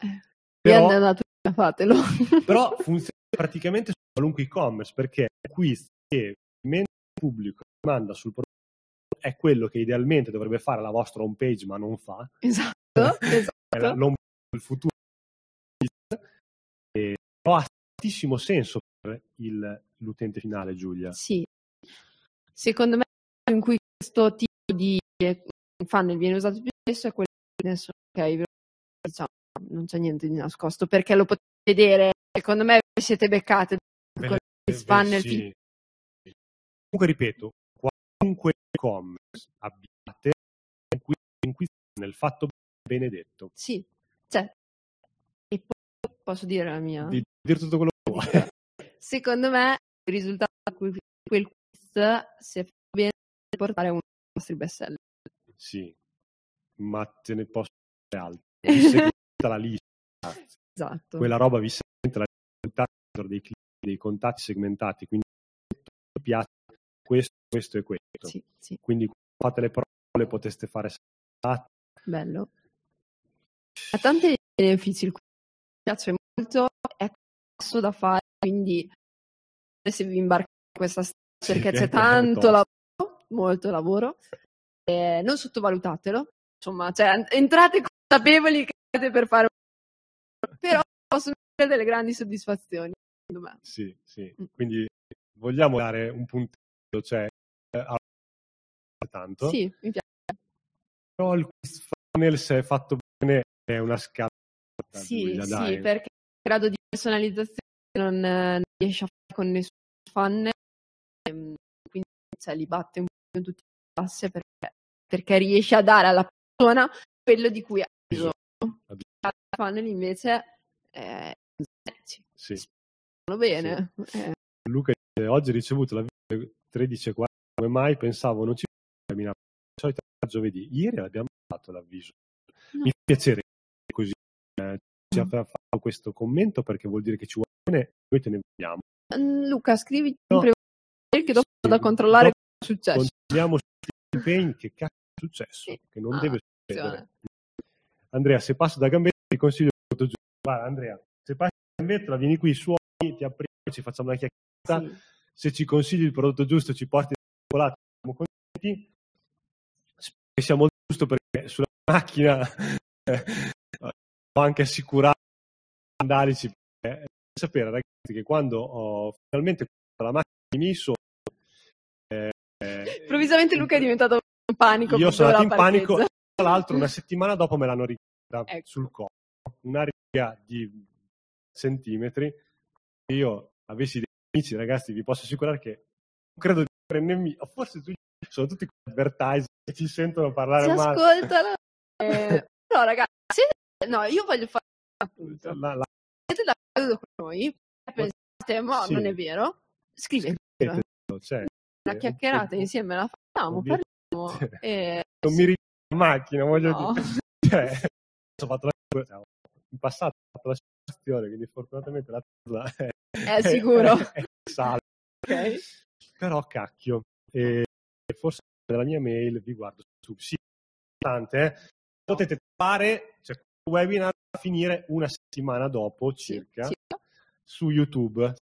Fatelo. Però funziona praticamente su qualunque e-commerce, perché il quiz che il pubblico manda sul prodotto è quello che idealmente dovrebbe fare la vostra home page, ma non fa. Esatto. È l'home page del futuro. E ha tantissimo senso per l'utente finale, Giulia. Sì. Secondo me in cui questo tipo di funnel viene usato più spesso è quello che adesso, ok, diciamo, non c'è niente di nascosto, perché lo potete vedere, secondo me siete beccate con il funnel. Sì. Comunque ripeto, qualunque e-commerce abbiate, in cui nel fatto benedetto. Sì, cioè, e poi posso dire la mia? Di dire tutto quello che vuoi. Secondo me il risultato di quel quiz, se fa bene, portare uno dei nostri best seller. Sì, ma te ne posso dire altro. Vi segmenta la lista. Esatto. Quella roba vi segmenta la lista dei clienti, dei contatti segmentati, quindi piace questo e questo. Sì. Quindi fate le prove, poteste fare bello. Ha tanti benefici, il mi piace molto, è costoso da fare, quindi se vi imbarcate in questa strada perché c'è tanto lavoro, molto lavoro, non sottovalutatelo, insomma, cioè, entrate consapevoli che avete per fare però possono avere delle grandi soddisfazioni, secondo me. Sì. Quindi vogliamo dare un punteggio, cioè tanto. Sì, mi piace. Però il quiz funnel, se è fatto bene, è una scala. Sì, Giulia, perché il grado di personalizzazione non riesce a fare con nessun funnel, quindi li batte un po' in tutti i passi perché riesce a dare alla persona quello di cui ha bisogno. Il funnel invece vanno bene. Sì. Luca dice, oggi ho ricevuto la 13:40, come mai pensavo non ci terminare solito giovedì. Ieri abbiamo fatto l'avviso. Mi piacerebbe così ci ha fatto questo commento perché vuol dire che ci vuole bene, noi te ne vogliamo. Luca, scrivi sempre che dopo vado a controllare cosa è successo. Controlliamo su Pain che cazzo è successo, che non deve succedere. Andrea, se passo da Gambetta ti consiglio il prodotto giusto. Guarda Andrea, se passi da Gambetta vieni qui, suoni, ti apriamo, ci facciamo una chiacchierata. Sì. Se ci consigli il prodotto giusto, ci porti il cioccolato, siamo contenti. Spero che sia molto giusto perché sulla macchina ho anche assicurato andalici per sapere, ragazzi, che quando ho finalmente la macchina di Nisso improvvisamente Luca è diventato in panico. Io sono andato in panico, tra l'altro una settimana dopo me l'hanno ritirata sul collo, una riga di centimetri. Io avessi dei amici, ragazzi, vi posso assicurare che non credo di prendermi, forse sono tutti advertiser che ci sentono parlare male. Ci ascoltano. No, ragazzi, no, io voglio fare appunto. Siete d'accordo con noi? Pensate, ma sì, non è vero? Scrivete. Cioè, una chiacchierata insieme la facciamo, parliamo. Non mi ricordo in macchina, voglio dire. Cioè, ho fatto in passato ho fatto la gestione, quindi fortunatamente la cosa è sicuro. È salva. Okay. Però cacchio, forse nella mia mail vi guardo su sì, potete fare, cioè, il webinar a finire una settimana dopo circa su YouTube.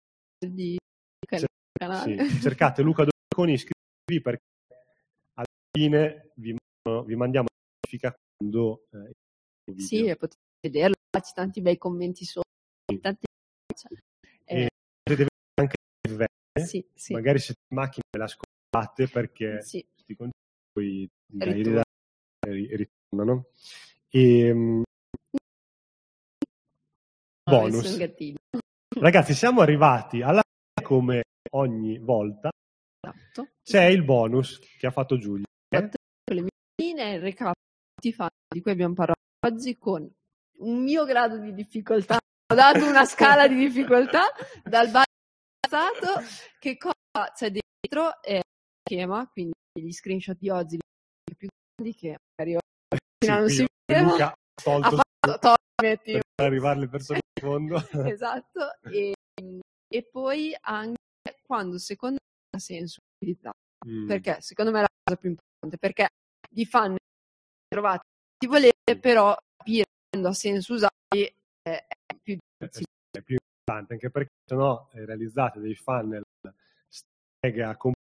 Canale. Sì, cercate Luca Docconi, iscrivetevi perché alla fine vi mandiamo la notifica quando il video. Sì, e potete vederlo, c'è tanti bei commenti sopra, tanti e potete vedere anche le vecchie, sì. Magari se in macchina ve la ascoltate perché questi contenuti poi ritornano. E bonus. Ragazzi, siamo arrivati alla fine come ogni volta. Esatto. C'è il bonus che ha fatto Giulia. Le mie il recap di cui abbiamo parlato oggi con un mio grado di difficoltà. Ho dato una scala di difficoltà dal passato. Che cosa c'è dentro? È il schema, quindi gli screenshot di oggi più grandi che magari non si vedeva. Luca ha tolto per arrivare alle persone in fondo. Esatto. E poi anche quando secondo me ha senso perché secondo me è la cosa più importante, perché di fan trovate chi volete, però capire quando ha senso usarli è più difficile. È più importante, anche perché sennò realizzate dei funnel strega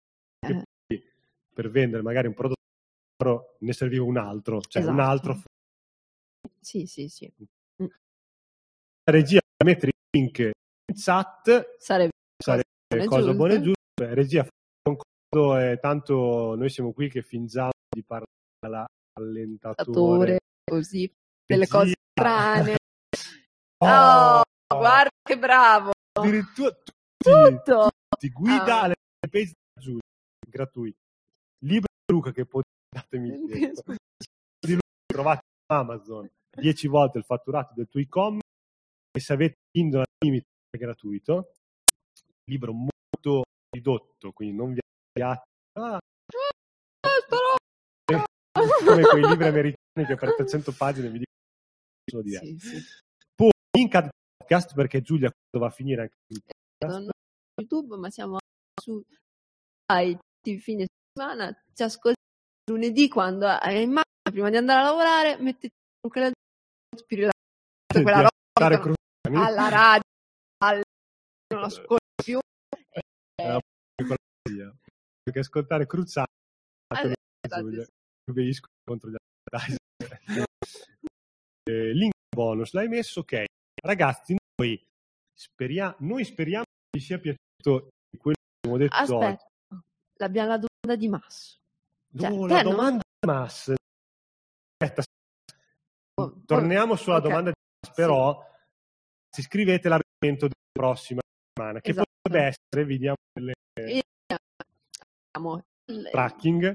per vendere magari un prodotto, ne serviva un altro, cioè un altro. Sì. La regia mettere il link in chat sarebbe cosa buona e giusta. Regia, tanto noi siamo qui che fingiamo di parlare all'allentatore così, delle cose strane. Guarda che bravo, addirittura tutti guida alle page da Giulia gratuiti, libro di Luca che datemi di Luca trovate su Amazon 10 volte il fatturato del tuo e-commerce, e se avete Kindle Unlimited è gratuito, libro molto ridotto, quindi non vi abbiate come quei libri americani che per 300 pagine vi dicono sono diversi. Sì. Poi link al podcast, perché Giulia va a finire anche sul podcast. Non su YouTube, ma siamo su fine settimana, ci ascoltate lunedì quando è in macchina prima di andare a lavorare, mettete quella roba alla radio, non ascolto più. Perché ascoltare Cruzzani Giulia contro gli advertiser. Link bonus l'hai messo, ok. Ragazzi, noi speriamo che vi sia piaciuto quello che abbiamo detto oggi. Abbiamo la domanda di Mass. La domanda di Mass. Aspetta, torniamo sulla domanda di Mass, però si scrivete l'argomento della prossima settimana, che potrebbe essere, vediamo tracking.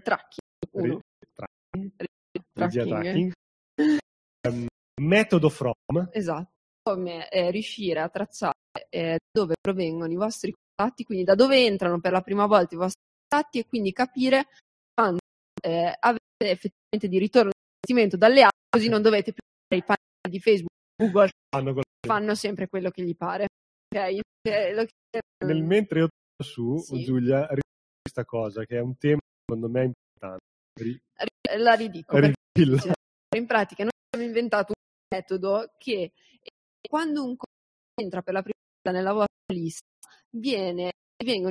Metodo from. Esatto, come riuscire a tracciare dove provengono i vostri contatti, quindi da dove entrano per la prima volta i vostri contatti, e quindi capire quando avete effettivamente di ritorno di investimento dalle app, così non dovete più fare i pagine di Facebook Google fanno sempre quello che gli pare. Okay? Nel mentre io su, Sì. Giulia, questa cosa che è un tema secondo me importante. La ridico. In pratica noi abbiamo inventato un metodo che quando un contatto entra per la prima volta nella vostra lista vengono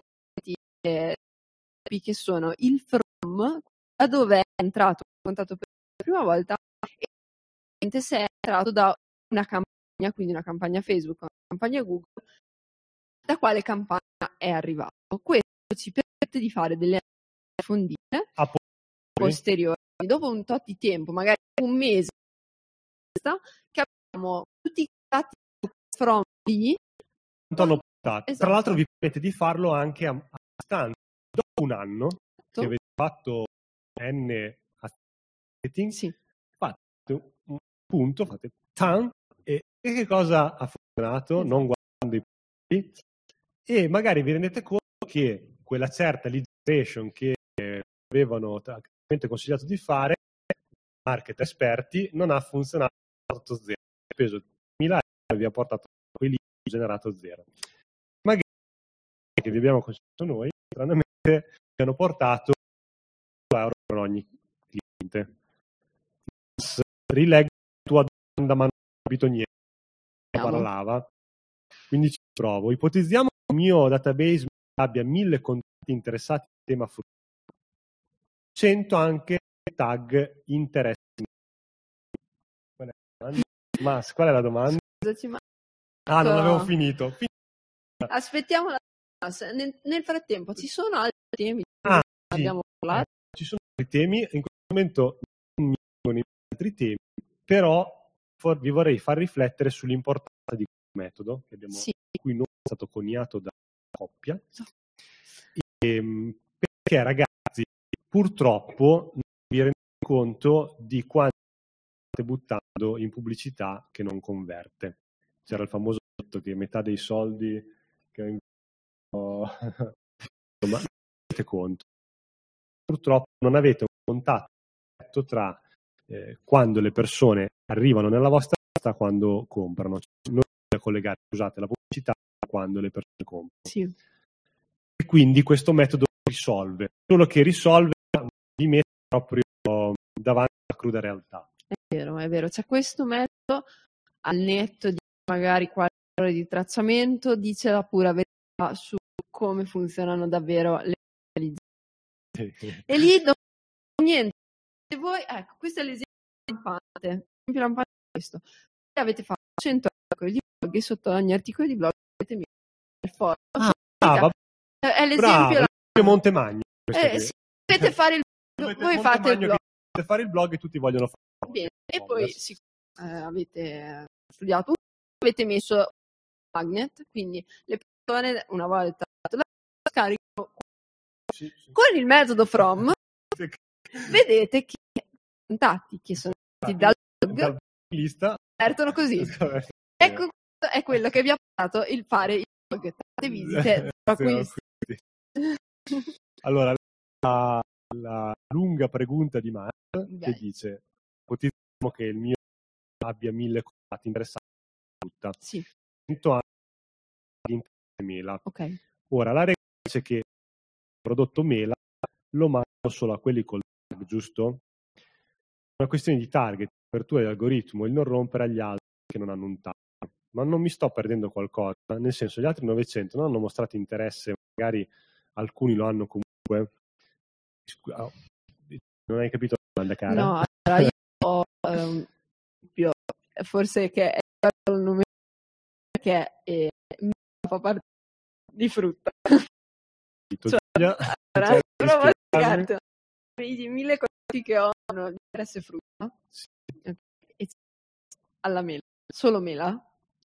che sono il from, da dove è entrato il contatto per la prima volta, e se è entrato da una campagna, quindi una campagna Facebook, una campagna Google, da quale campagna è arrivato. Questo ci permette di fare delle fondine posteriori, dopo un tot di tempo, magari un mese, che abbiamo tutti i contatti from lì. Esatto. Tra l'altro vi permette di farlo anche a distanza. Dopo un anno che avete fatto N marketing, fate un punto, fate tan, e che cosa ha funzionato, non guardando i punti, e magari vi rendete conto che quella certa lead generation che avevano consigliato di fare marketer esperti non ha funzionato, zero. Ha speso 1.000 euro e vi ha portato quei lead generato zero. Magari che vi abbiamo consigliato noi, stranamente vi hanno portato 2 euro per ogni cliente. Rileggo la tua domanda, ma non ho capito niente. Parlava. Quindi ci provo. Ipotizziamo che il mio database abbia 1.000 contatti interessati al tema frutto. 100 anche tag interessi. Qual è la domanda? Non avevo finito. Aspettiamo nel frattempo ci sono altri temi abbiamo parlato? Ci sono altri temi, in questo momento non mi vengono altri temi, però vi vorrei far riflettere sull'importanza di questo metodo che abbiamo, cui non è stato coniato da coppia, perché ragazzi purtroppo non vi rendete conto di quanto state buttando in pubblicità che non converte. C'era il famoso detto che metà dei soldi che ma non avete conto. Purtroppo non avete un contatto tra quando le persone arrivano nella vostra lista, quando comprano. Non riuscite a collegare, scusate, la pubblicità quando le persone comprano. E quindi questo metodo risolve, solo che risolve vi mette proprio davanti alla cruda realtà. È vero, c'è questo metodo al netto di magari qualche errore di tracciamento, dice la pura verità su come funzionano davvero le realizzazioni. E lì non niente. Se voi, ecco, questo è l'esempio lampante. L'esempio lampante è questo. Se avete fatto 100 articoli di blog e sotto ogni articolo di blog avete messo il foro. È l'esempio Montemagno. Sì, dovete fare il blog, voi fate il blog. Dovete fare il blog e tutti vogliono fare. Bene. E poi avete studiato, avete messo un magnet, quindi le persone una volta la scaricano con il metodo from, vedete che i contatti che sono stati dal blog partono così. Ecco, è quello che vi ha portato il fare il blog, tante visite, acquisti. Allora, la lunga pregunta di Mark che dice: ipotizziamo che il mio abbia 1.000 contatti interessanti tutta. 100 anni di mela. Ora la regola dice che il prodotto mela lo mando solo a quelli col tag, giusto? È una questione di target, apertura dell'algoritmo, il non rompere agli altri che non hanno un tag. Ma non mi sto perdendo qualcosa, nel senso gli altri 900 non hanno mostrato interesse, magari alcuni lo hanno comunque. Non hai capito la domanda, cara? No, allora io ho forse che è il numero che fa parte di frutta. Provo a spiegarti. I 1.000 contatti che ho hanno interesse frutta. E alla mela, solo mela.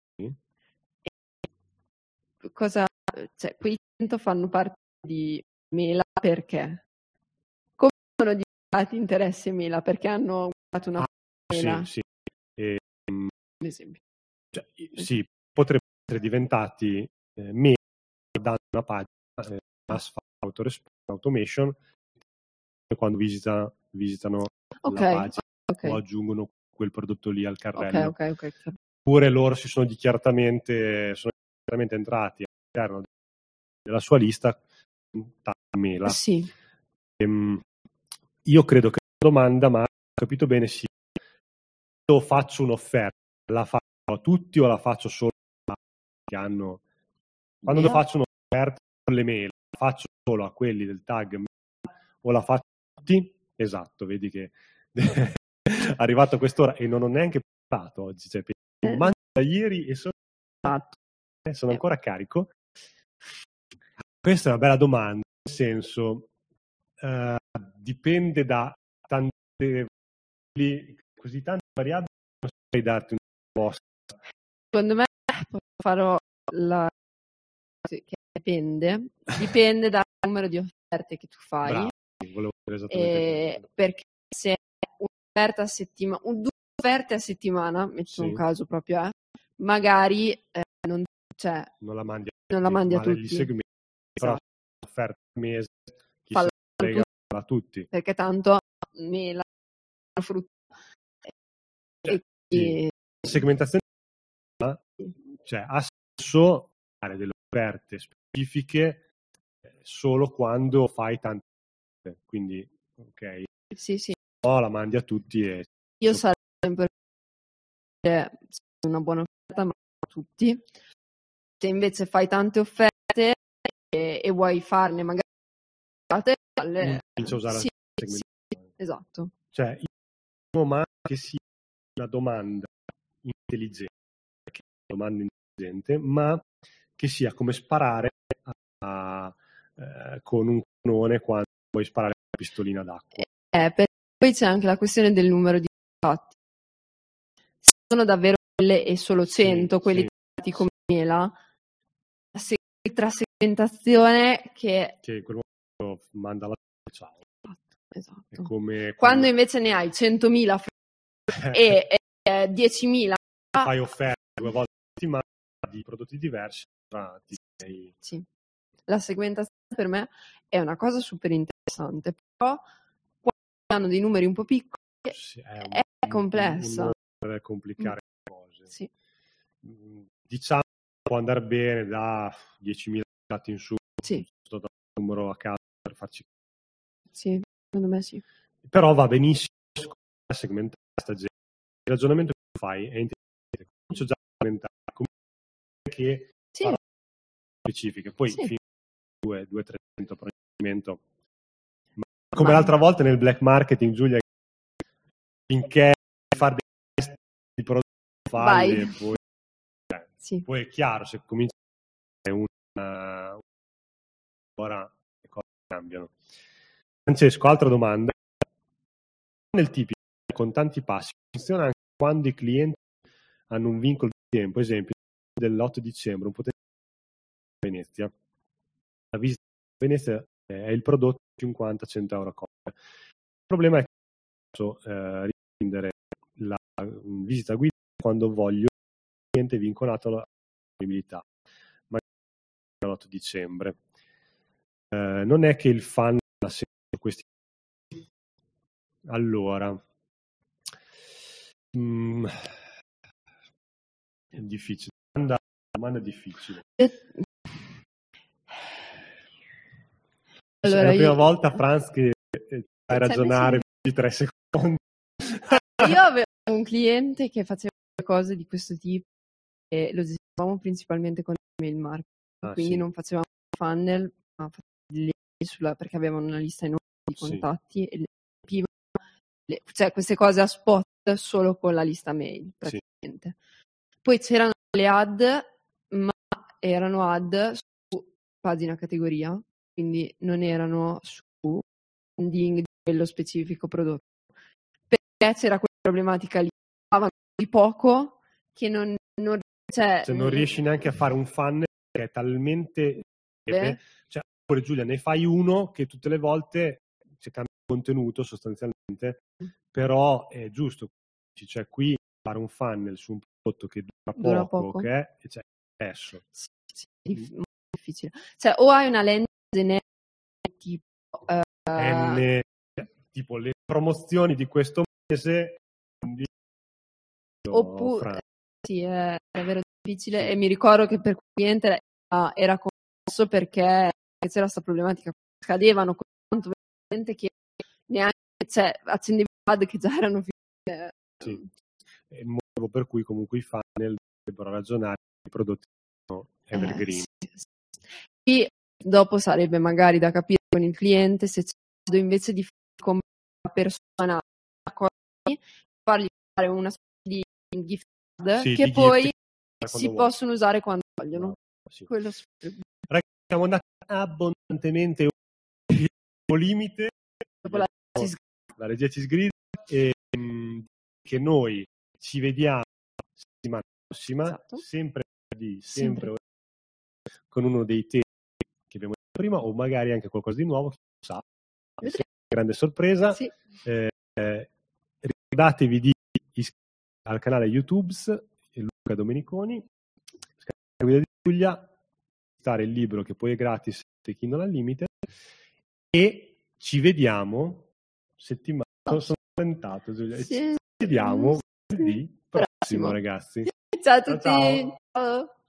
Cosa, cioè, quei 100 fanno parte di mela perché? Come sono diventati interesse mela? Perché hanno guardato una mela? Sì. Ad esempio. Cioè, sì, potrebbero essere diventati mela da una pagina automation quando visitano la pagina o aggiungono quel prodotto lì al carrello. Ok. oppure loro si sono dichiaratamente entrati all'interno della sua lista mela. Sì. Io credo che la domanda, ma ho capito bene, sia io faccio un'offerta, la faccio a tutti o la faccio solo a che hanno. Quando faccio un'offerta con le mail, la faccio solo a quelli del tag o la faccio a tutti? Esatto, vedi che è arrivato a quest'ora e non ho neanche parlato oggi, cioè mangio da ieri e sono ancora carico. Questa è una bella domanda, nel senso dipende da tante così tante variabili, non saprei darti una risposta. Secondo me farò la che dipende dal numero di offerte che tu fai. Bravo, volevo dire esattamente perché se è un'offerta a settimana, 2 offerte a settimana, metti un caso proprio, magari non la mandi a tutti. Gli segmenti, però offerta al mese chi Falla se ne frega a tutti. Perché tanto mela, frutta segmentazione, cioè ha senso fare delle offerte specifiche solo quando fai tante, quindi ok, no, la mandi a tutti e io sarei sempre una buona offerta ma a tutti. Se invece fai tante offerte e vuoi farne magari comincia a usare sì, esatto, cioè ma che sia una domanda intelligente, ma che sia come sparare con un cannone quando vuoi sparare una pistolina d'acqua. Poi c'è anche la questione del numero di contatti. Se sono davvero quelle e solo 100 quelli trattati come mela, tra segmentazione che quel momento manda la ciao. Esatto. Come quando invece ne hai 100.000 e 10.000 fai offerte 2 volte a settimana di prodotti diversi, sì. La segmentazione per me è una cosa super interessante, però quando hanno dei numeri un po' piccoli è complessa. Per complicare le cose. Sì. Diciamo può andare bene da 10.000 contatti in su, sto dando un numero a caso per farci. Sì, secondo me sì. Però va benissimo segmentare questa gente. Il ragionamento che fai è intelligente. Comincio già a segmentare che farò specifiche, poi fino a 200-300 procedimento. Ma come l'altra volta nel black marketing, Giulia, finché fare dei test di prodotti falli e poi poi è chiaro, se comincia una ora le cose cambiano. Francesco, altra domanda. Nel tipico con tanti passi funziona anche quando i clienti hanno un vincolo di tempo, esempio dell'8 dicembre, un potenziale Venezia. La visita a Venezia è il prodotto 50-100 euro a coppia. Il problema è che posso riprendere la visita guidata quando voglio il cliente vincolato alla disponibilità, magari l'8 dicembre. Non è che il fan ha sempre questi. Allora, è difficile. Domanda difficile. Allora, è la prima volta, Franz, che fai ragionare di 3 secondi. Io avevo un cliente che faceva cose di questo tipo e lo gestivamo principalmente con email marketing, quindi non facevamo funnel, ma perché avevano una lista enorme di contatti e cioè queste cose a spot solo con la lista mail praticamente. Poi c'erano le ad, ma erano ad su pagina categoria, quindi non erano su branding di quello specifico prodotto, perché c'era quella problematica lì, parlavano di poco che non riesci neanche a fare un funnel che è talmente cioè, oppure Giulia, ne fai uno che tutte le volte c'è cambia il contenuto sostanzialmente, però è giusto, cioè qui fare un funnel su un prodotto che dura poco. Che è, cioè, adesso molto difficile, cioè o hai una landing generica tipo le promozioni di questo mese, oppure Sì, è davvero difficile e mi ricordo che per quel cliente era commosso perché c'era questa problematica, scadevano tanto veramente che neanche accendevi il pad che già erano finite. Sì, è il motivo per cui comunque i funnel dovrebbero ragionare i prodotti evergreen. E dopo sarebbe magari da capire con il cliente se invece di comprare una persona fargli fare una specie di gift card che di poi gift si possono usare quando vogliono. Sì. Quello Ragazzi, siamo andati abbondantemente al limite. La regia ci sgrida e che noi ci vediamo la settimana prossima, sempre con uno dei temi che abbiamo detto prima, o magari anche qualcosa di nuovo, chi sa, è una grande sorpresa. Sì. Ricordatevi di iscrivervi al canale YouTube Luca Domeniconi, scaricare la guida di Giulia, stare il libro che poi è gratis di Kindle Unlimited, e ci vediamo settimana. Sono tentato, Giulia. Ci vediamo venerdì prossimo, ragazzi. Ciao a tutti. Ciao.